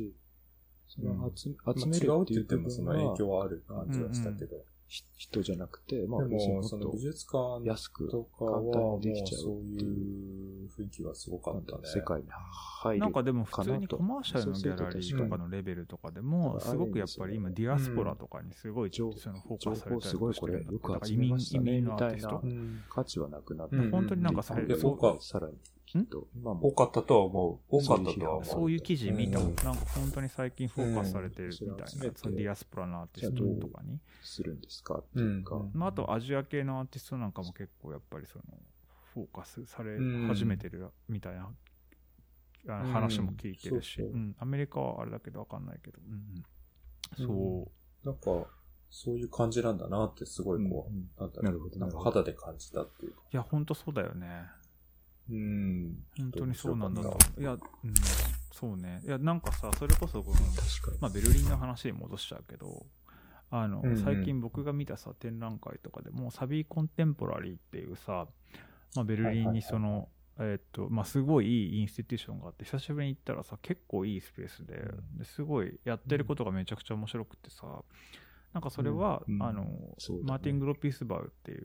言ってもその影響はある感じはしたけど。人じゃなくて、でもその美術館安くとかはもうそういう雰囲気がすごかったね。 世界に入る。 なんかでも普通にコマーシャルのギャラリーとかのレベルとかでも、すごくやっぱり今ディアスポラとかにすごいフォーカスされたりとかしてるんだけど、だから移民のアーティスト。 価値はなくなって。 本当になんかさらに多かったとは思う。 そういう記事見た。なんか本当に最近フォーカスされてるみたいな、そのディアスポラのアーティストとかに。 するんですかっていうか。 あとアジア系のアーティストなんかも結構やっぱりフォーカスされ始めてるみたいな話も聞いてるし、アメリカはあれだけどわかんないけど、そう。 なんか、そういう感じなんだなってすごいなんか肌で感じたっていうか。 いや、ほんとそうだよね。本当にそうなんだと。いや、そうね。いや、なんかさ、それこそベルリンの話に戻しちゃうけど、最近僕が見たさ、展覧会とかでも、サビーコンテンポラリーっていうさ、ベルリンにすごいいいインスティテューションがあって、久しぶりに行ったらさ、結構いいスペースで、すごいやってることがめちゃくちゃ面白くてさ、なんかそれは、マーティン・グロピースバウっていう、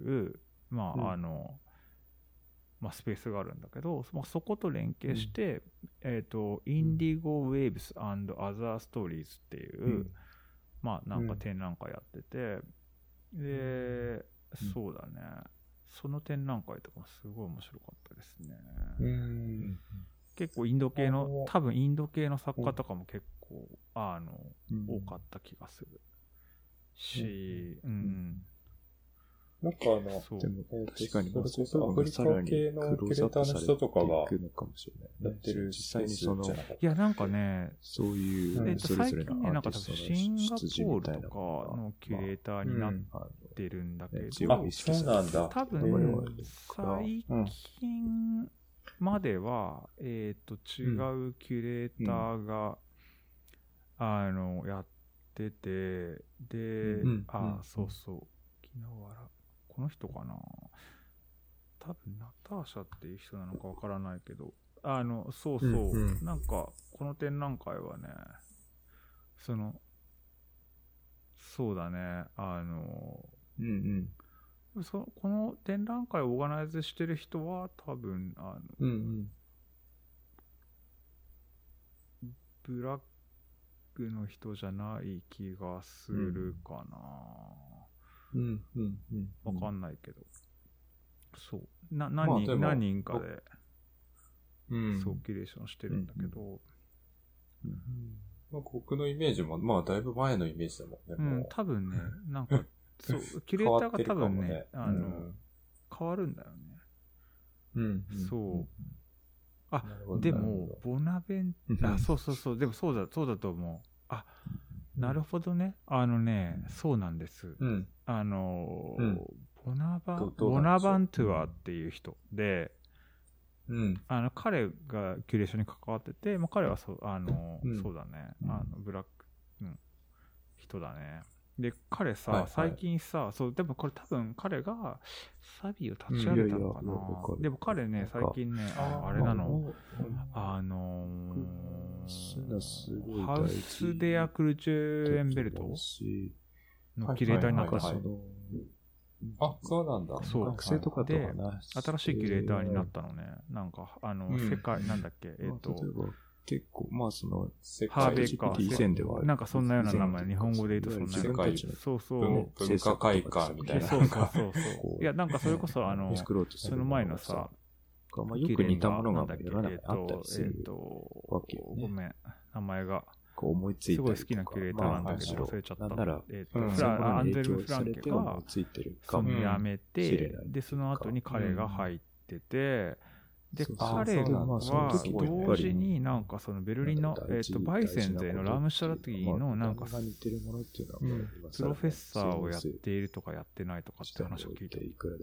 スペースがあるんだけど、そこと連携して、インディゴ・ウェーブス&アザー・ストーリーズっていう、なんか展覧会やってて、で、そうだね。その展覧会とかもすごい面白かったですね。結構多分インド系の作家とかも結構、多かった気がするし、 なんかでも確かにアフリカ系のキュレーターの人とかがやってる実際にいやなんかね、 そういう最近ね、なんか多分シンガポールとかのキュレーターになってるんだけど、 そうなんだ。 多分最近までは違うキュレーターがやってて、で、そうそう、沖縄この人かな、多分ナターシャっていう人なのかわからないけど、そうそう、なんかこの展覧会はね、そうだね、この展覧会をオーガナイズしてる人は多分ブラックの人じゃない気がするかな。わかんないけど。そう。何人かで、そう、キュレーションしてるんだけど。 僕のイメージも、だいぶ前のイメージだもんね。 多分ね、なんか、そう、キュレーターが多分ね、変わるんだよね。そう。 あ、でも、ボナベン、そうそうそう、でもそうだと思う。あ、なるほどね。そうなんです。ボナバントゥアっていう人で、彼がキュレーションに関わってて、まあ、彼はそうだね、ブラックの人だね。で、彼さ、最近さ、そう、でもこれ多分彼がサビを立ち上げたのかな。でも彼ね、最近ね、あれなの、ハウスデアクルチュエンベルトのキュレーターになったの。 あ、そうなんだ。 そう。 学生とかとかな。 新しいキュレーターになったのね。なんか、世界、なんだっけ、 結構、まあその、 ハーベイカー。 以前ではなんかそんなような名前、日本語で言うとそんなような。そうそう。 文化会館みたいな。 そう。いや、なんかそれこそ、その前のさ、 まあ、よく似たものが世の中にあったりするわけよね。 ごめん、名前が。 思いついたりとか。 すごい好きなキュレーターなんだけど、忘れちゃった。 なんなら、 アンゼル・フランケが、その辞めて、で、その後に彼が入ってて、で、彼は同時になんかそのベルリンの、バイセンゼのラムシュタルティのなんか、プロフェッサーをやっているとかやってないとかって話を聞いて。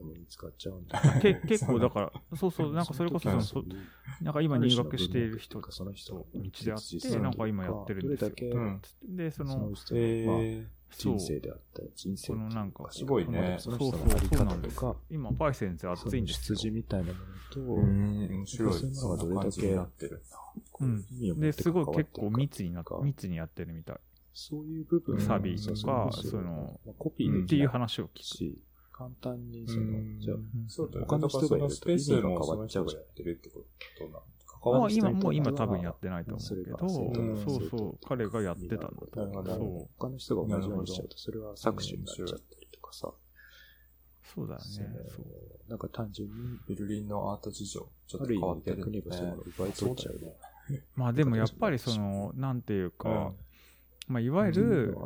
結構だから、そう、なんかそれこそなんか今入学している人と道であって、なんか今やってるんですよ。で、 人生であったり、人生なんかすごいね。 そうなんです。今、バイセンゼ熱いんですよ。 羊みたいなものと、 面白い。 そういうものがどれだけやってるんだ。で、すごい結構密にやってるみたい。 そういう部分サビとか、 コピーっていう話を聞くし、簡単にじゃあ、他の人がいると意味が変わっちゃうじゃん。やってるってことなの。 もう今多分やってないと思うけど、そう、彼がやってたんだと思う。 他の人が同じようにしちゃうと、それは搾取になっちゃったりとかさ。 そうだよね。 なんか単純に、 ベルリンのアート事情、ちょっと変わってる。 逆に言えばそういうの奪い取っちゃうね。 まあでもやっぱりなんていうか、まあいわゆる、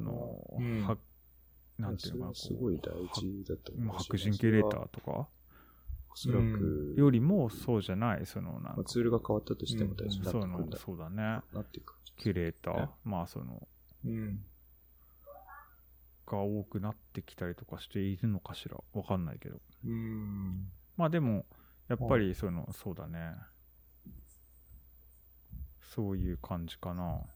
なんていうかな、 すごい大事だと思う。 白人キュレーターとかおそらく、 よりもそうじゃない、 ツールが変わったとしても大事になってくるんだ。 そうだね。キュレーター、まあが多くなってきたりとかしているのかしら、わかんないけど。まあでも、やっぱりそうだね。そういう感じかな。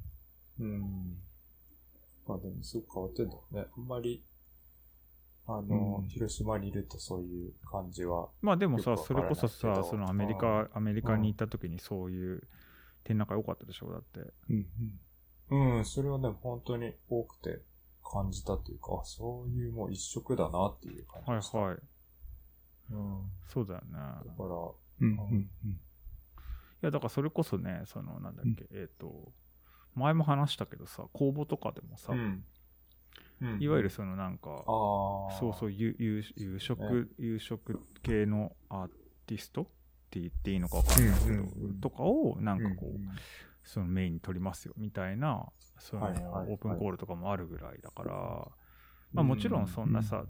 まあでもすごく変わってんだろうね。あんまり、広島にいるとそういう感じは。 まあでもさ、それこそさ、アメリカに行った時にそういう展覧会多かったでしょ、だって。 それはね、本当に多くて感じたというか、そういうもう一色だなっていう感じでした。 はい。そうだよね。だから、 いや、だからそれこそね、なんだっけ、前も話したけどさ、公募とかでもさ、いわゆるなんか、有色系のアーティストって言っていいのかわかんないけど、とかをなんかこう、メインに取りますよみたいな、オープンコールとかもあるぐらいだから、まあもちろんそんなさ、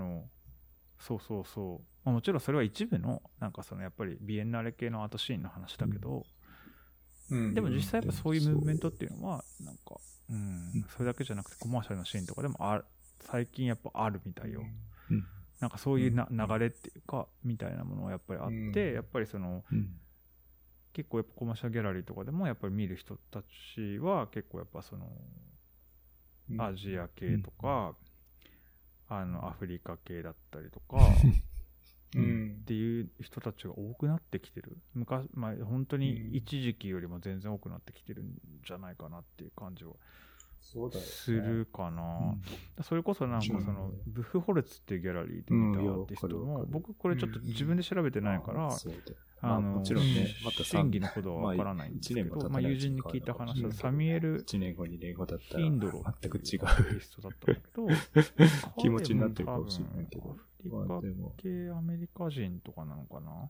まあ、もちろんそれは一部の、なんかやっぱりビエンナーレ系のアートシーンの話だけど、でも実際やっぱそういうムーブメントっていうのは、なんか、それだけじゃなくてコマーシャルのシーンとかでも最近やっぱあるみたいよ。なんかそういう流れっていうか、みたいなものはやっぱりあって、やっぱり結構やっぱコマーシャルギャラリーとかでもやっぱり見る人たちは結構やっぱアジア系とか、アフリカ系だったりとか、っていう人たちが多くなってきてる。まあ本当に一時期よりも全然多くなってきてるんじゃないかなっていう感じはするかな。それこそなんかブッフホルツっていうギャラリーで見たアーティストも、僕これちょっと自分で調べてないから、 もちろんね、また真偽のほどはわからないんですけど、まあ友人に聞いた話はサミュエル・ 1年後2年後だったらヒンドロ全く違うアーティストだったんだけど、 気持ちになってるかもしれないけど、 アフリカ系アメリカ人とかなのかな。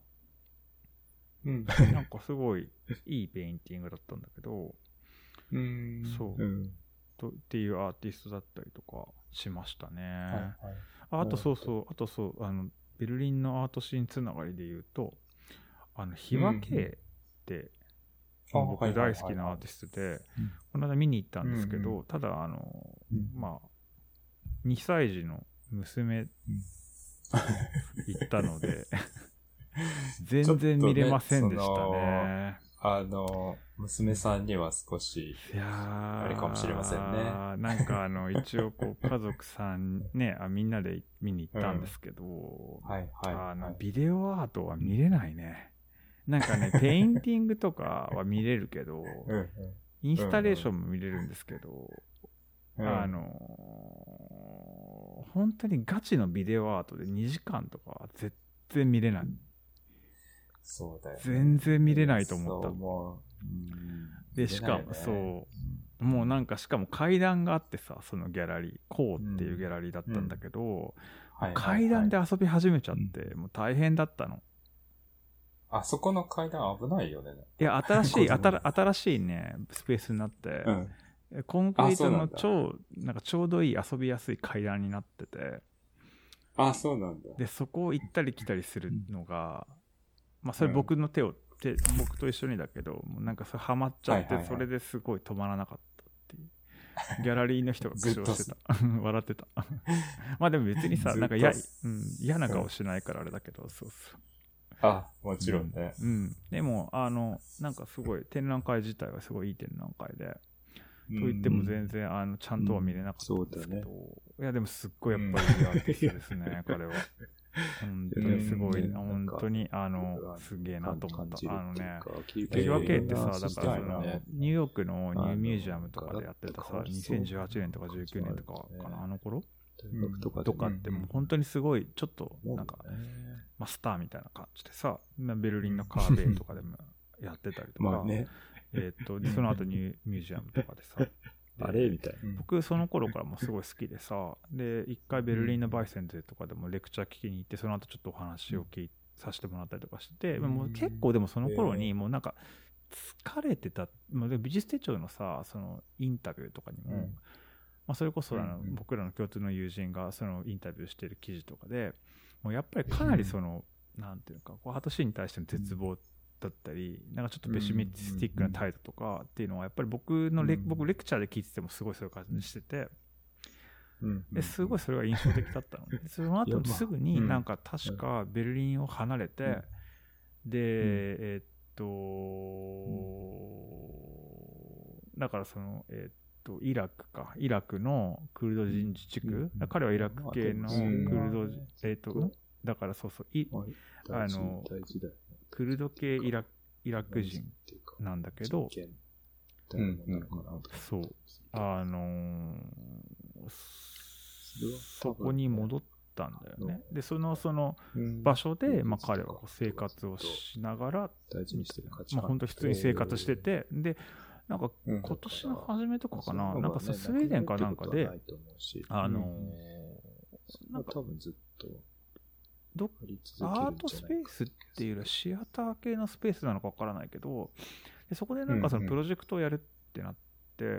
なんかすごいいいペインティングだったんだけど、っていうアーティストだったりとかしましたね。あとベルリンのアートシーンつながりで言うと、 ヒワケイって、僕大好きなアーティストで、この間見に行ったんですけど、ただまあ2歳児の娘行ったので全然見れませんでしたね。 娘さんには少しあれかもしれませんね。 なんか一応こう家族さんねみんなで見に行ったんですけど、ビデオアートは見れないね。なんかねペインティングとかは見れるけど、インスタレーションも見れるんですけど、本当にガチのビデオアートで2時間とかは絶対見れない。 そうだよね。 全然見れないと思った。で、しかも、そう、もうなんかしかも階段があってさ、そのギャラリー、コーっていうギャラリーだったんだけど、階段で遊び始めちゃって、もう大変だったの。 あそこの階段危ないよね。 いや、新しいね、スペースになって、コンクリートのなんかちょうどいい遊びやすい階段になってて、 あ、そうなんだ。 で、そこを行ったり来たりするのが、まあそれ僕の僕と一緒にだけど、もうなんかそれハマっちゃって、それですごい止まらなかったっていう。ギャラリーの人が苦笑してた。笑ってた。まあでも別にさ、なんか嫌な顔しないからあれだけど、そうそう。 あ、もちろんね。 でも、なんかすごい、展覧会自体はすごいいい展覧会で、と言っても全然、ちゃんとは見れなかったんですけど、いや、でもすっごいやっぱりいいアーティストですね、彼は。本当にすごい、本当に、すげえなと思った。ヒワケイってさ、だからその、ニューヨークのニューミュージアムとかでやってたさ、2018年とか19年とかかな、あの頃とかってもう本当にすごい、ちょっと、なんか、マスターみたいな感じでさ、ベルリンのカーベイとかでもやってたりとか、でその後ニューミュージアムとかでさ、 あれみたいな。 僕その頃からもすごい好きでさ、で一回ベルリンのバイセンゼとかでもレクチャー聞きに行って、その後ちょっとお話をさせてもらったりとかして、もう結構でもその頃にもうなんか疲れてた、美術手帳のさ、そのインタビューとかにも、まあ、それこそ僕らの共通の友人がそのインタビューしている記事とかで、もうやっぱりかなりその、なんていうか、こうアートシーンに対しての絶望だったり、なんかちょっとペシミスティックな態度とかっていうのはやっぱり僕レクチャーで聞いててもすごいそういう感じしてて、ですごいそれが印象的だったので、その後すぐになんか確かベルリンを離れて、でだからそのイラクのクルド人自治区、彼はイラク系のクルドだからそうクルド系イラク人なんだけど、そうそこに戻ったんだよね。でその場所で、まあ、彼は生活をしながら、まあ本当普通に生活してて、でなんか今年の初めとかかな、なんかスウェーデンかなんかでなんか多分ずっとアートスペースっていうよりはシアター系のスペースなのかわからないけど、でそこでなんかそのプロジェクトをやるってなって、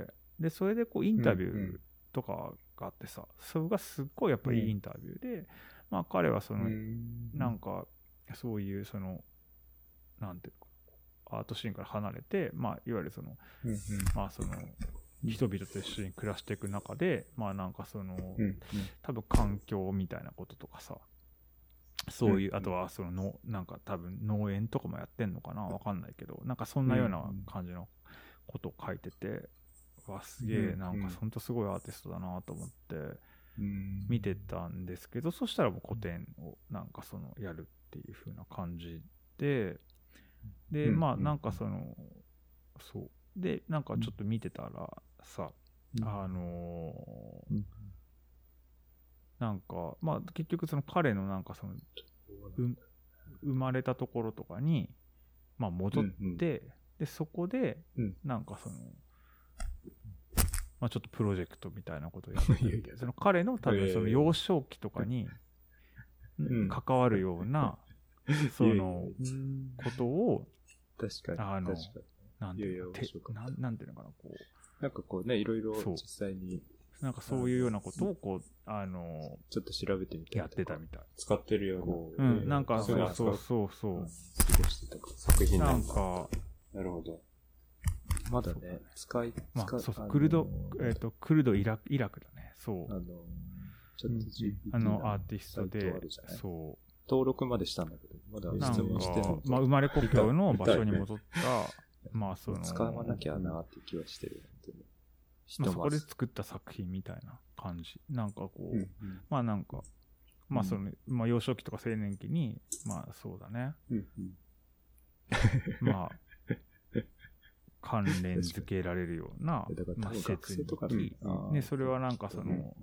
でそれでこうインタビューとかがあってさ、それがすっごいやっぱりいいインタビューで、まあ彼はそのなんかそういうそのなんていうかアートシーンから離れて、まあいわゆるそのまあその人々と一緒に暮らしていく中で、まあなんかその多分環境みたいなこととかさ、そういう、あとはそのなんか多分農園とかもやってんのかな、わかんないけど、なんかそんなような感じのことを書いてて、わすげえなんかほんとすごいアーティストだなと思って見てたんですけど、そしたらもう個展をなんかそのやるっていう風な感じで、でまあなんかそのそうでなんかちょっと見てたらさ、なんかまあ結局その彼のなんかその生まれたところとかにまあ戻って、でそこでなんかそのまあちょっとプロジェクトみたいなことをやってて、その彼の多分その幼少期とかに関わるようなそのことを確かになんていうのかな、こうなんかこうね、いろいろ実際になんかそういうようなことをこう、 ちょっと調べてみてやってたみたい。 使ってるような。なんかそう。 過ごしてたか作品なんか、なるほど。 まだね、 まあ、そうクルド、イラクだね。そう。 ちょっとアーティストで、そう。 登録までしたんだけど、まだ質問してない。 まあ、生まれ故郷の場所に戻った、まあ、 使わなきゃなっていう気はしてる。 まあ、そこで作った作品みたいな感じ。なんかこう、まあなんか、まあまあ幼少期とか青年期に、まあそうだね。まあ、関連付けられるような、まあ、施設に行き、ね、それはなんか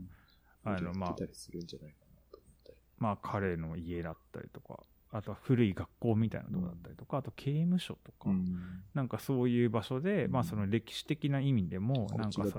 まあ彼の家だったりとか、あとは古い学校みたいなところだったりとか、あと刑務所とか、なんかそういう場所で、まあその歴史的な意味でも、なんか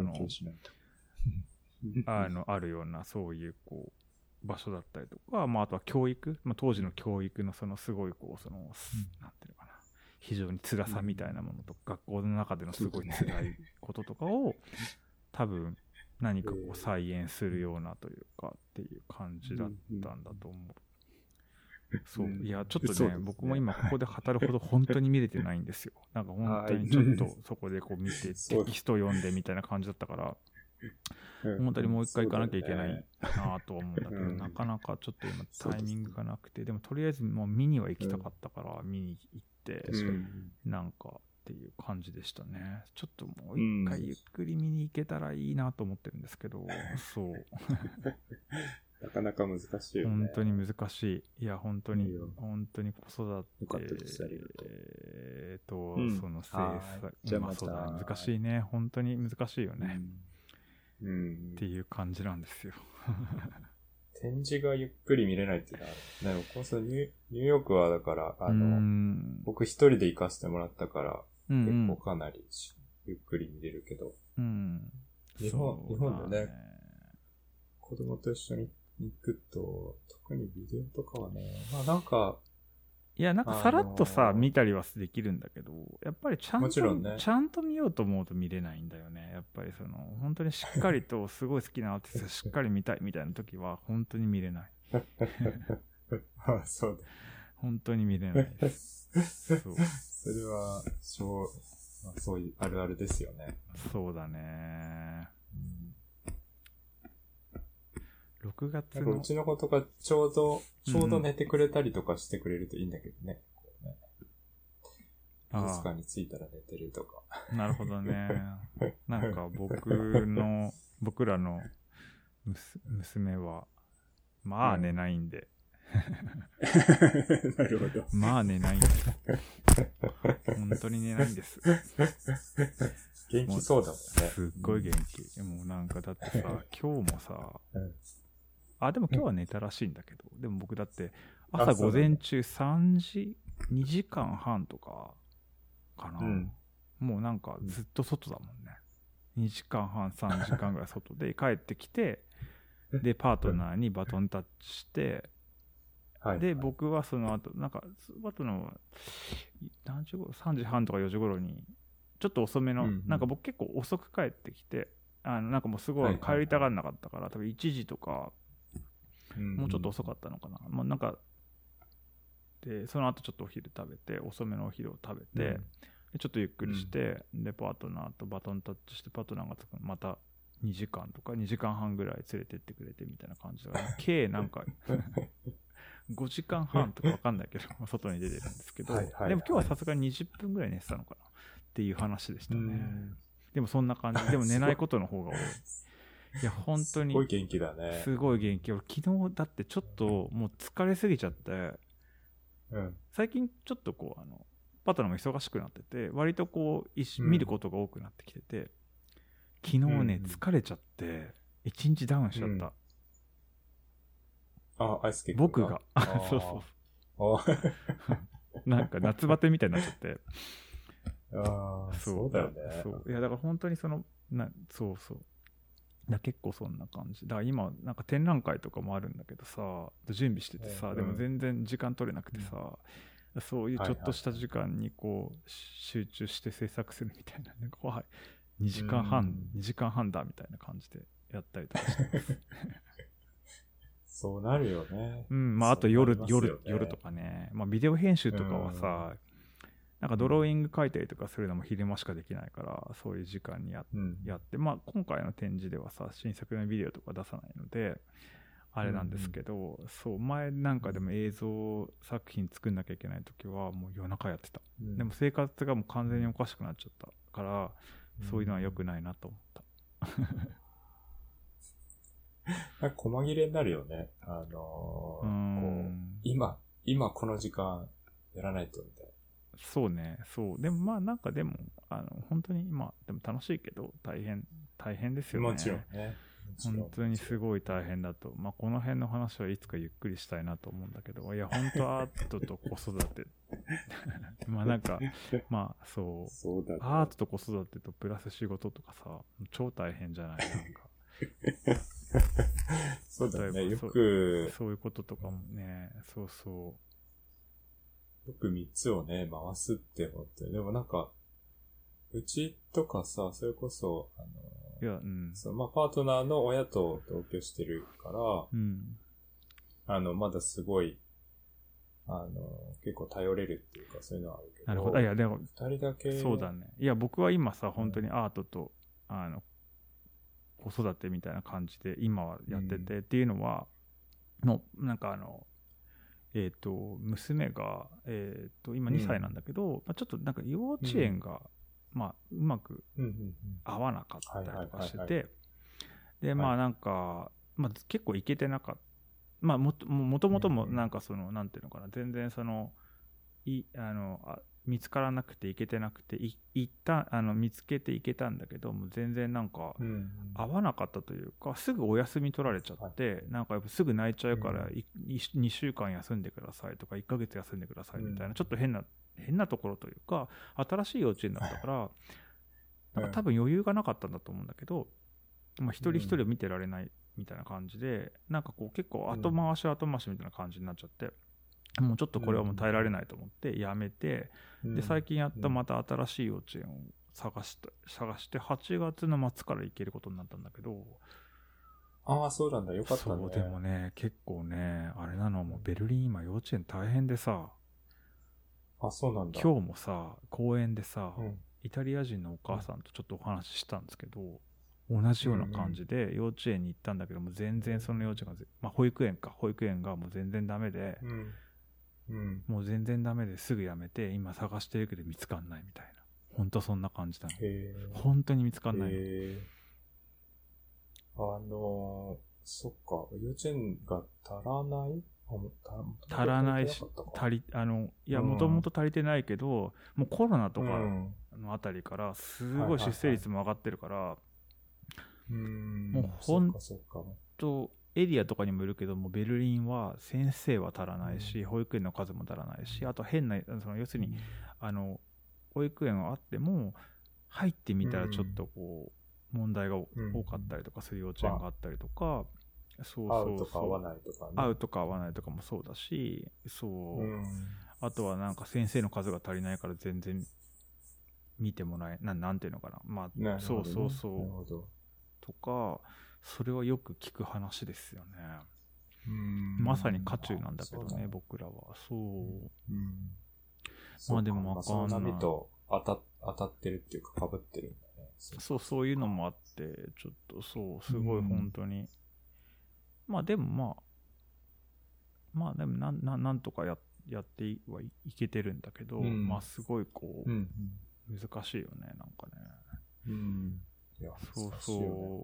あるようなそういうこう、場所だったりとか、まああとは教育、まあ当時の教育のすごいこう、なんていうのかな、非常に辛さみたいなものとか、学校の中でのすごい辛いこととかを、多分何かこう再現するようなというかっていう感じだったんだと思う。そう。いや、ちょっとね、僕も今ここで語るほど本当に見れてないんですよ。なんか本当にちょっとそこでこう見て、テキスト読んでみたいな感じだったから、本当にもう一回行かなきゃいけないなと思うんだけど、なかなかちょっと今タイミングがなくて、でもとりあえずもう見には行きたかったから、見に行って、なんかっていう感じでしたね。ちょっともう一回ゆっくり見に行けたらいいなと思ってるんですけど、そう。 なかなか難しいよね。 本当に難しい。いや、本当に子育て、その制作、まあそうだね、難しいね。本当に難しいよね。っていう感じなんですよ。 展示がゆっくり見れないっていうのはある。僕もそのニューヨークはだから、僕一人で行かせてもらったから、結構かなりゆっくり見れるけど、日本でね、子供と一緒に行くと、特にビデオとかはね、まあなんか、 いや、なんかさらっとさ、見たりはできるんだけど、やっぱりちゃんと、 ね、 ちゃんと見ようと思うと見れないんだよね。やっぱり本当にしっかりと、すごい好きなアーティストしっかり見たいみたいな時は、本当に見れない。 あ、そうだ。 本当に見れないです。そう。 それは、まあ、そういうあるあるですよね。 そうだね。6月の。 うちの子とかちょうど寝てくれたりとかしてくれるといいんだけどね。美術館に着いたら寝てるとか。 なるほどね。なんか僕らの娘は、まあ寝ないんで。 なるほど。 まあ寝ないんです。本当に寝ないんです。 元気そうだもんね。 すっごい元気。もうなんかだってさ、今日もさ、でも今日は寝たらしいんだけど、でも僕だって朝午前中2時間半とかかな。もうなんかずっと外だもんね。2時間半、3時間ぐらい外で帰ってきて、で、パートナーにバトンタッチして、で、僕はその後、なんか、パートナーは何時頃 ?3 時半とか4時頃に、ちょっと遅めの、なんか僕結構遅く帰ってきて、なんかもうすごい帰りたがらなかったから、多分1時とか、もうちょっと遅かったのかな。もうなんか、で、その後ちょっとお昼食べて、遅めのお昼を食べて、でちょっとゆっくりして、で、パートナーとバトンタッチして、パートナーがまた2時間とか2時間半ぐらい連れてってくれてみたいな感じだから、計なんか、5時間半とかわかんないけど、外に出てるんですけど、でも今日はさすがに20分ぐらい寝てたのかなっていう話でしたね。でもそんな感じ。でも寝ないことの方が多い。いや、本当に。 すごい元気だね。 すごい元気。俺、昨日だってちょっともう疲れすぎちゃって、最近ちょっとこう、パートナーも忙しくなってて、割とこう、見ることが多くなってきてて、昨日ね、疲れちゃって、1日ダウンしちゃった。 アイスケーキ僕が。そう。なんか夏バテみたいになっちゃって。 そうだよね。 そう。いや、だから本当にそう。結構そんな感じ。だから今、なんか展覧会とかもあるんだけどさ、準備しててさ、でも全然時間取れなくてさ、そういうちょっとした時間にこう、集中して制作するみたいな、2時間半だみたいな感じでやったりとかしてます。 そうなるよね。 うん、まああと夜とかね。まあビデオ編集とかはさ、なんかドローイング描いたりとかするのも昼間しかできないから、そういう時間にやって、まあ今回の展示ではさ、新作のビデオとか出さないので、あれなんですけど、そう、前なんかでも映像作品作んなきゃいけないときはもう夜中やってた。でも生活がもう完全におかしくなっちゃったから、そういうのは良くないなと思った。 なんか細切れになるよね。こう、今この時間やらないとみたいな。 そうね、そう。でもまあなんかでも、本当にまあでも楽しいけど、大変ですよね。 もちろんね。 本当にすごい大変だと。まあこの辺の話はいつかゆっくりしたいなと思うんだけど、いや本当アートと子育て。まあなんか、まあそう。 そうだね。 アートと子育てとプラス仕事とかさ、超大変じゃないなんか。 そうだね。よくそういうこととかもね、そうそう。 よく3つをね、回すって思って。でもなんか、うちとかさ、それこそ、 いや、うん。 そう、まあ、パートナーの親と同居してるから、 うん。 まだすごい、結構頼れるっていうか、そういうのはあるけど。 なるほど。いや、でも、 二人だけ。 そうだね。いや、僕は今さ、本当にアートと、子育てみたいな感じで、今はやってて、っていうのは、なんか娘が、今2歳なんだけど、まあ、ちょっとなんか幼稚園が、まあ、うまく合わなかったりとかしてて、で、まあなんか、まあ結構いけてなかった。まあもともともなんかその、なんていうのかな、全然その、見つからなくていけてなくて、一旦見つけていけたんだけども、全然なんか合わなかったというか、すぐお休み取られちゃって、なんかやっぱすぐ泣いちゃうから、2週間休んでくださいとか1ヶ月休んでくださいみたいな、ちょっと変なところというか、新しい幼稚園だったからなんか多分余裕がなかったんだと思うんだけど、まあ、一人一人を見てられないみたいな感じで、なんかこう結構後回しみたいな感じになっちゃって、もうちょっとこれはもう耐えられないと思ってやめて、で最近やったまた新しい幼稚園を探して8月の末から行けることになったんだけど、 ああそうなんだ、よかったね。 そうでもね、結構ね、あれなの、もうベルリン今幼稚園大変でさ、 あ、そうなんだ。 今日もさ、公園でさ、イタリア人のお母さんとちょっとお話ししたんですけど、同じような感じで幼稚園に行ったんだけども、全然その幼稚園が、まあ保育園がもう全然ダメで、もう全然ダメですぐやめて、今探してるけど見つかんないみたいな。ほんとそんな感じだね。本当に見つかんないの。そっか、幼稚園が足らないし、 いや、もともと足りてないけど、もうコロナとかのあたりから、すごい出生率も上がってるから、もうほんと、エリアとかにもいるけども、ベルリンは先生は足らないし、保育園の数も足らないし、あと変な、要するに、保育園はあっても、入ってみたらちょっとこう、問題が多かったりとかする幼稚園があったりとか、 合うとか合わないとかね。 合うとか合わないとかもそうだし、あとはなんか先生の数が足りないから全然見てもらえ、なんていうのかな。まあ、そうとか、それはよく聞く話ですよね。まさに渦中なんだけどね、僕らは。そう。まあでもわかんない。 その波と当たってるっていうか被ってるんだね。 そういうのもあって、ちょっとすごい本当に。まあでもでもなんとかやってはいけてるんだけど、まあすごいこう、難しいよね、なんかね。 いや、そう。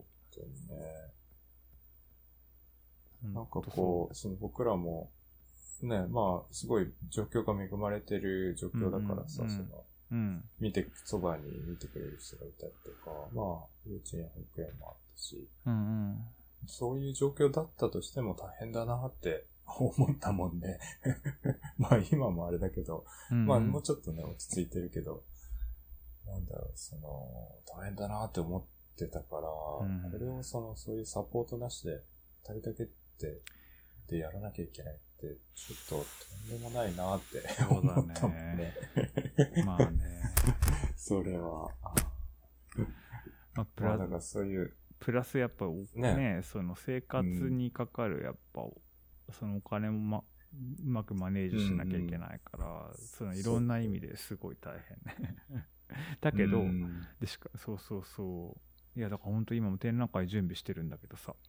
なんかこう、その僕らも、ね、まあ、すごい状況が恵まれてる状況だからさ、そばに見てくれる人がいたりとか、まあ、幼稚園、保育園もあったし、そういう状況だったとしても大変だなって思ったもんね。まあ今もあれだけど、まあもうちょっとね、落ち着いてるけど、なんだろう、大変だなって思ってたから、これをそういうサポートなしで、二人だけでやらなきゃいけないって、ちょっととんでもないなって思ったもんね。 まあね。 それは。まあだからそういう、 プラスやっぱね、その生活にかかるやっぱ、そのお金もうまくマネージしなきゃいけないから、そのいろんな意味ですごい大変ね。だけど、そう。いやだから本当今も展覧会準備してるんだけどさ。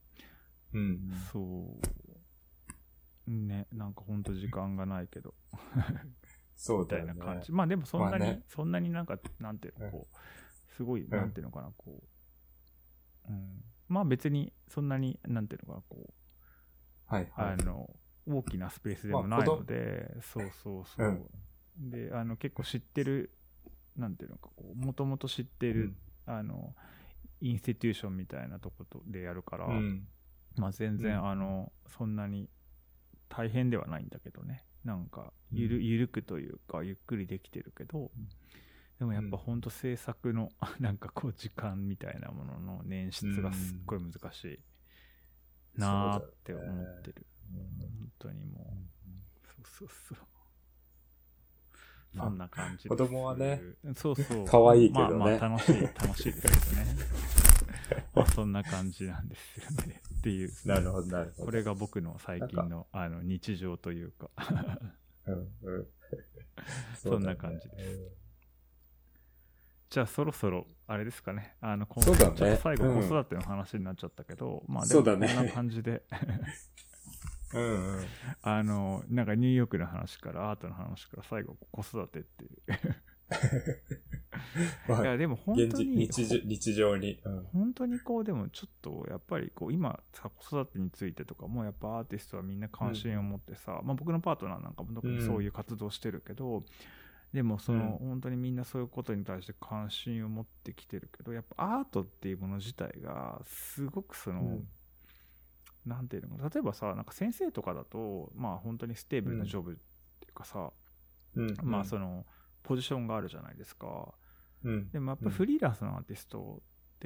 そうね、なんか本当時間がないけど。 そうだよね。 みたいな感じ。まあでもそんなになんか、なんていうの、こう、すごい、なんていうのかな、こう、まあ別にそんなに、なんていうのかな、こう、大きなスペースでもないので、そう。で、結構知ってる、なんていうのか、こう、もともと知ってる、インスティテューションみたいなとことでやるから、まあ全然、そんなに大変ではないんだけどね。なんかゆるくというかゆっくりできてるけど、でもやっぱほんと制作のなんかこう時間みたいなものの捻出がすっごい難しいなーって思ってる。本当にもうそうそんな感じです。 子供はね、 そう可愛いけどね。 まあ楽しいですけどね。まあそんな感じなんですよね。っていう。 なるほど。 これが僕の最近の日常というか。そんな感じです。じゃあそろそろあれですかね。 そうだね。 ちょっと最後子育ての話になっちゃったけど、まあでもこんな感じで。なんかニューヨークの話からアートの話から最後子育てっていう。いやでも本当に日常に、 本当にこうでもちょっとやっぱりこう今さ子育てについてとかもやっぱアーティストはみんな関心を持ってさ、まあ僕のパートナーなんかも特にそういう活動してるけど、でもその本当にみんなそういうことに対して関心を持ってきてるけど、やっぱアートっていうもの自体がすごくその、なんていうのか、例えばさなんか先生とかだとまあ本当にステーブルなジョブっていうかさ、まあそのポジションがあるじゃないですか。でもやっぱフリーランスのアーティストって、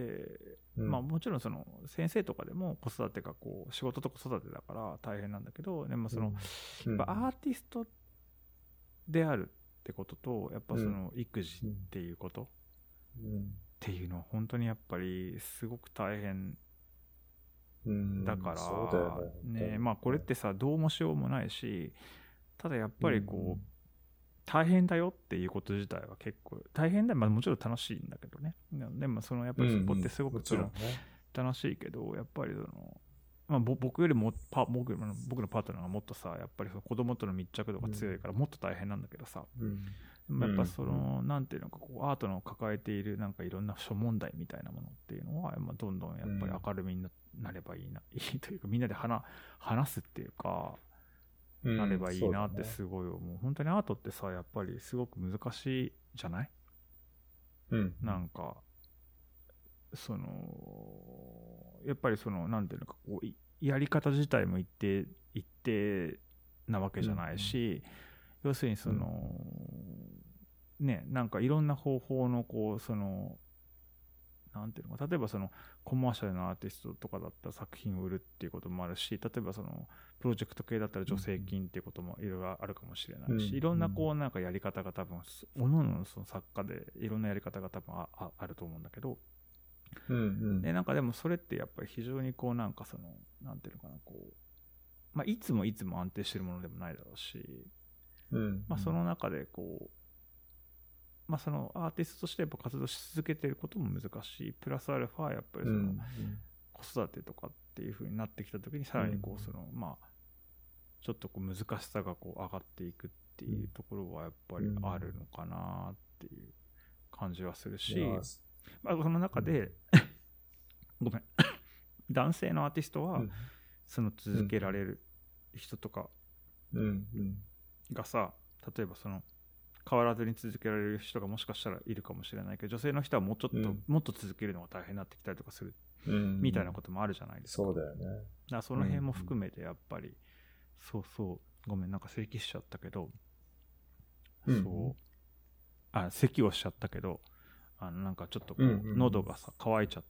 まあもちろんその先生とかでも子育てがこう仕事と子育てだから大変なんだけど、でもそのやっぱアーティストであるってこととやっぱその育児っていうことっていうのは本当にやっぱりすごく大変だからね。まあこれってさどうもしようもないし、ただやっぱりこう大変だよっていうこと自体は結構大変だ。まあもちろん楽しいんだけどね。でもそのやっぱりそこってすごく楽しいけど、やっぱりそのまあ僕よりも僕のパートナーがもっとさやっぱりその子供との密着度が強いからもっと大変なんだけどさ、でもやっぱそのなんていうのかこうアートの抱えているなんかいろんな諸問題みたいなものっていうのはまあどんどんやっぱり明るみになればいいというか、みんなで話すっていうかなればいいなってすごい思う。本当にアートってさやっぱりすごく難しいじゃない？なんかそのやっぱりそのなんていうのかこうやり方自体も一定なわけじゃないし、要するにそのねなんかいろんな方法のこうそのなんていうのか、例えばそのコマーシャルのアーティストとかだったら作品を売るっていうこともあるし、例えばそのプロジェクト系だったら助成金っていうこともいろいろあるかもしれないし、いろんなこうなんかやり方が多分各々のその作家でいろんなやり方が多分あると思うんだけど、でなんかでもそれってやっぱり非常にこうなんかそのなんていうのかなこう、まあいつも安定してるものでもないだろうし、まあその中でこうまあ、そのアーティストとしてやっぱ活動し続けていることも難しい。プラスアルファやっぱりその子育てとかっていう風になってきた時にさらにこうそのまあちょっとこう難しさがこう上がっていくっていうところはやっぱりあるのかなっていう感じはするし、まあその中でごめん男性のアーティストはその続けられる人とかがさ、例えばその変わらずに続けられる人がもしかしたらいるかもしれないけど、女性の人はもうちょっと、もっと続けるのが大変になってきたりとかする、みたいなこともあるじゃないですか。 そうだよね。 だからその辺も含めてやっぱり、ごめんなんか咳しちゃったけど、咳をしちゃったけど、なんかちょっとこう、喉がさ乾いちゃって、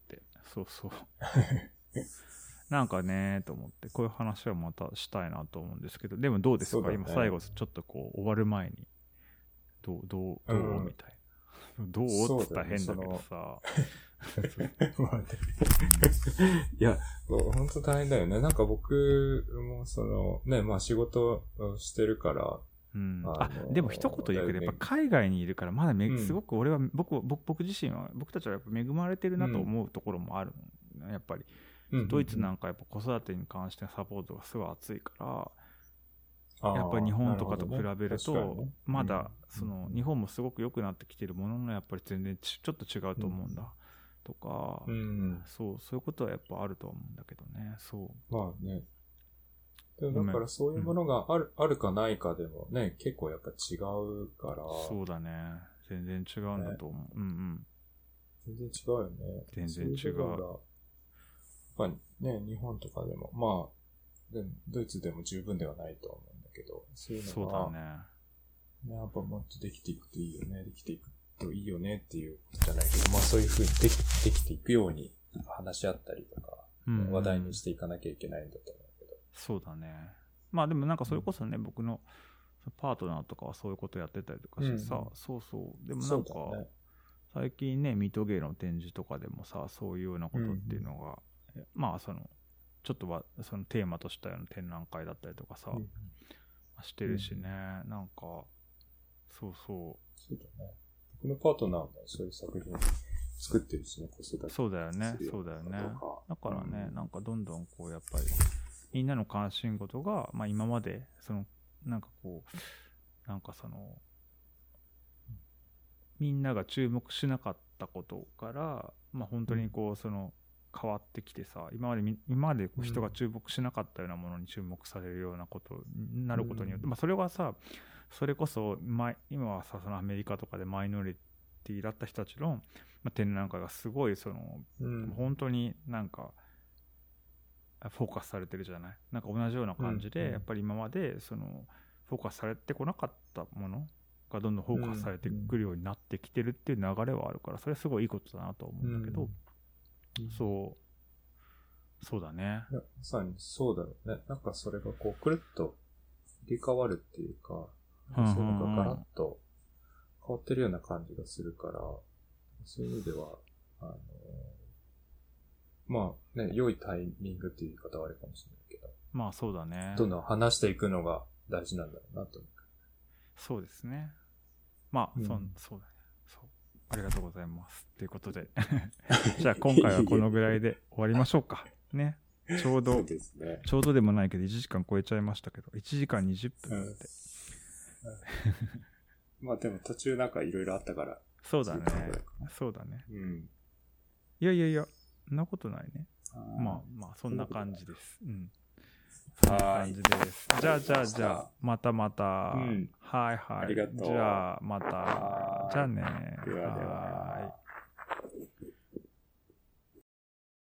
なんかねと思ってこういう話はまたしたいなと思うんですけど、でもどうですか、今最後ちょっとこう終わる前に。どうみたいな。どうって言ったら変だけどさ。 まあね、いや、本当大変だよね。なんか僕もまあ仕事してるから、 でも一言言うけど、やっぱ海外にいるから、まだすごく俺は、僕自身は、僕たちはやっぱ恵まれてるなと思うところもあるの、やっぱり。ドイツなんかやっぱ子育てに関してのサポートがすごい熱いから、やっぱり日本とかと比べると、まだ日本もすごく良くなってきてるものの、やっぱり全然ちょっと違うと思うんだとか、そういうことはやっぱあると思うんだけどね。 まあね。だからそういうものがあるかないかでもね、結構やっぱ違うから。 そうだね。全然違うんだと思う。 全然違うよね。 全然違う。 やっぱね、日本とかでも、まあ、ドイツでも十分ではないと思うんだけど、そういうのが、 そうだね。 やっぱもっとできていくといいよね、できていくといいよねっていうことじゃないけど、まあそういうふうにできていくように話し合ったりとか、話題にしていかなきゃいけないんだと思うけど。 そうだね。まあでもなんかそれこそね、僕のパートナーとかはそういうことやってたりとかしてさ、でもなんか、最近ね、水戸芸の展示とかでもさ、そういうようなことっていうのが、まあちょっとはそのテーマとしたような展覧会だったりとかさ、してるしね、なんか、 そうだね。僕のパートナーもそういう作品作ってるしね、子育て。 そうだよね。だからね、なんかどんどんこうやっぱり、みんなの関心事が、まあ今まで、なんかこう、なんかみんなが注目しなかったことから、まあ本当にこう、変わってきてさ、今まで人が注目しなかったようなものに注目されるようなことになることによって、まあそれはさ、それこそ今はさ、アメリカとかでマイノリティだった人たちの、展覧会がすごい本当になんかフォーカスされてるじゃない。なんか同じような感じで、やっぱり今までフォーカスされてこなかったものがどんどんフォーカスされてくるようになってきてるっていう流れはあるから、それはすごいいいことだなと思うんだけど、そうだね。 まさにそうだろうね。なんかそれがこうくるっと入れ替わるっていうか、そういうのがガラッと変わってるような感じがするから、そういう意味では、まあね、良いタイミングっていう言い方はあるかもしれないけど。 まあそうだね。 どんどん話していくのが大事なんだろうなと思う。 そうですね。まあ、そうだね。ありがとうございます。ということで。じゃあ今回はこのぐらいで終わりましょうか。ね。ちょうどでもないけど1時間超えちゃいましたけど、1時間20分だって。 まあでも途中なんかいろいろあったから。 そうだね。いや、そんなことないね。まあ、そんな感じです。そんな感じです。じゃあ、また。はい。 ありがとう。 じゃあ、また。じゃあね。 では。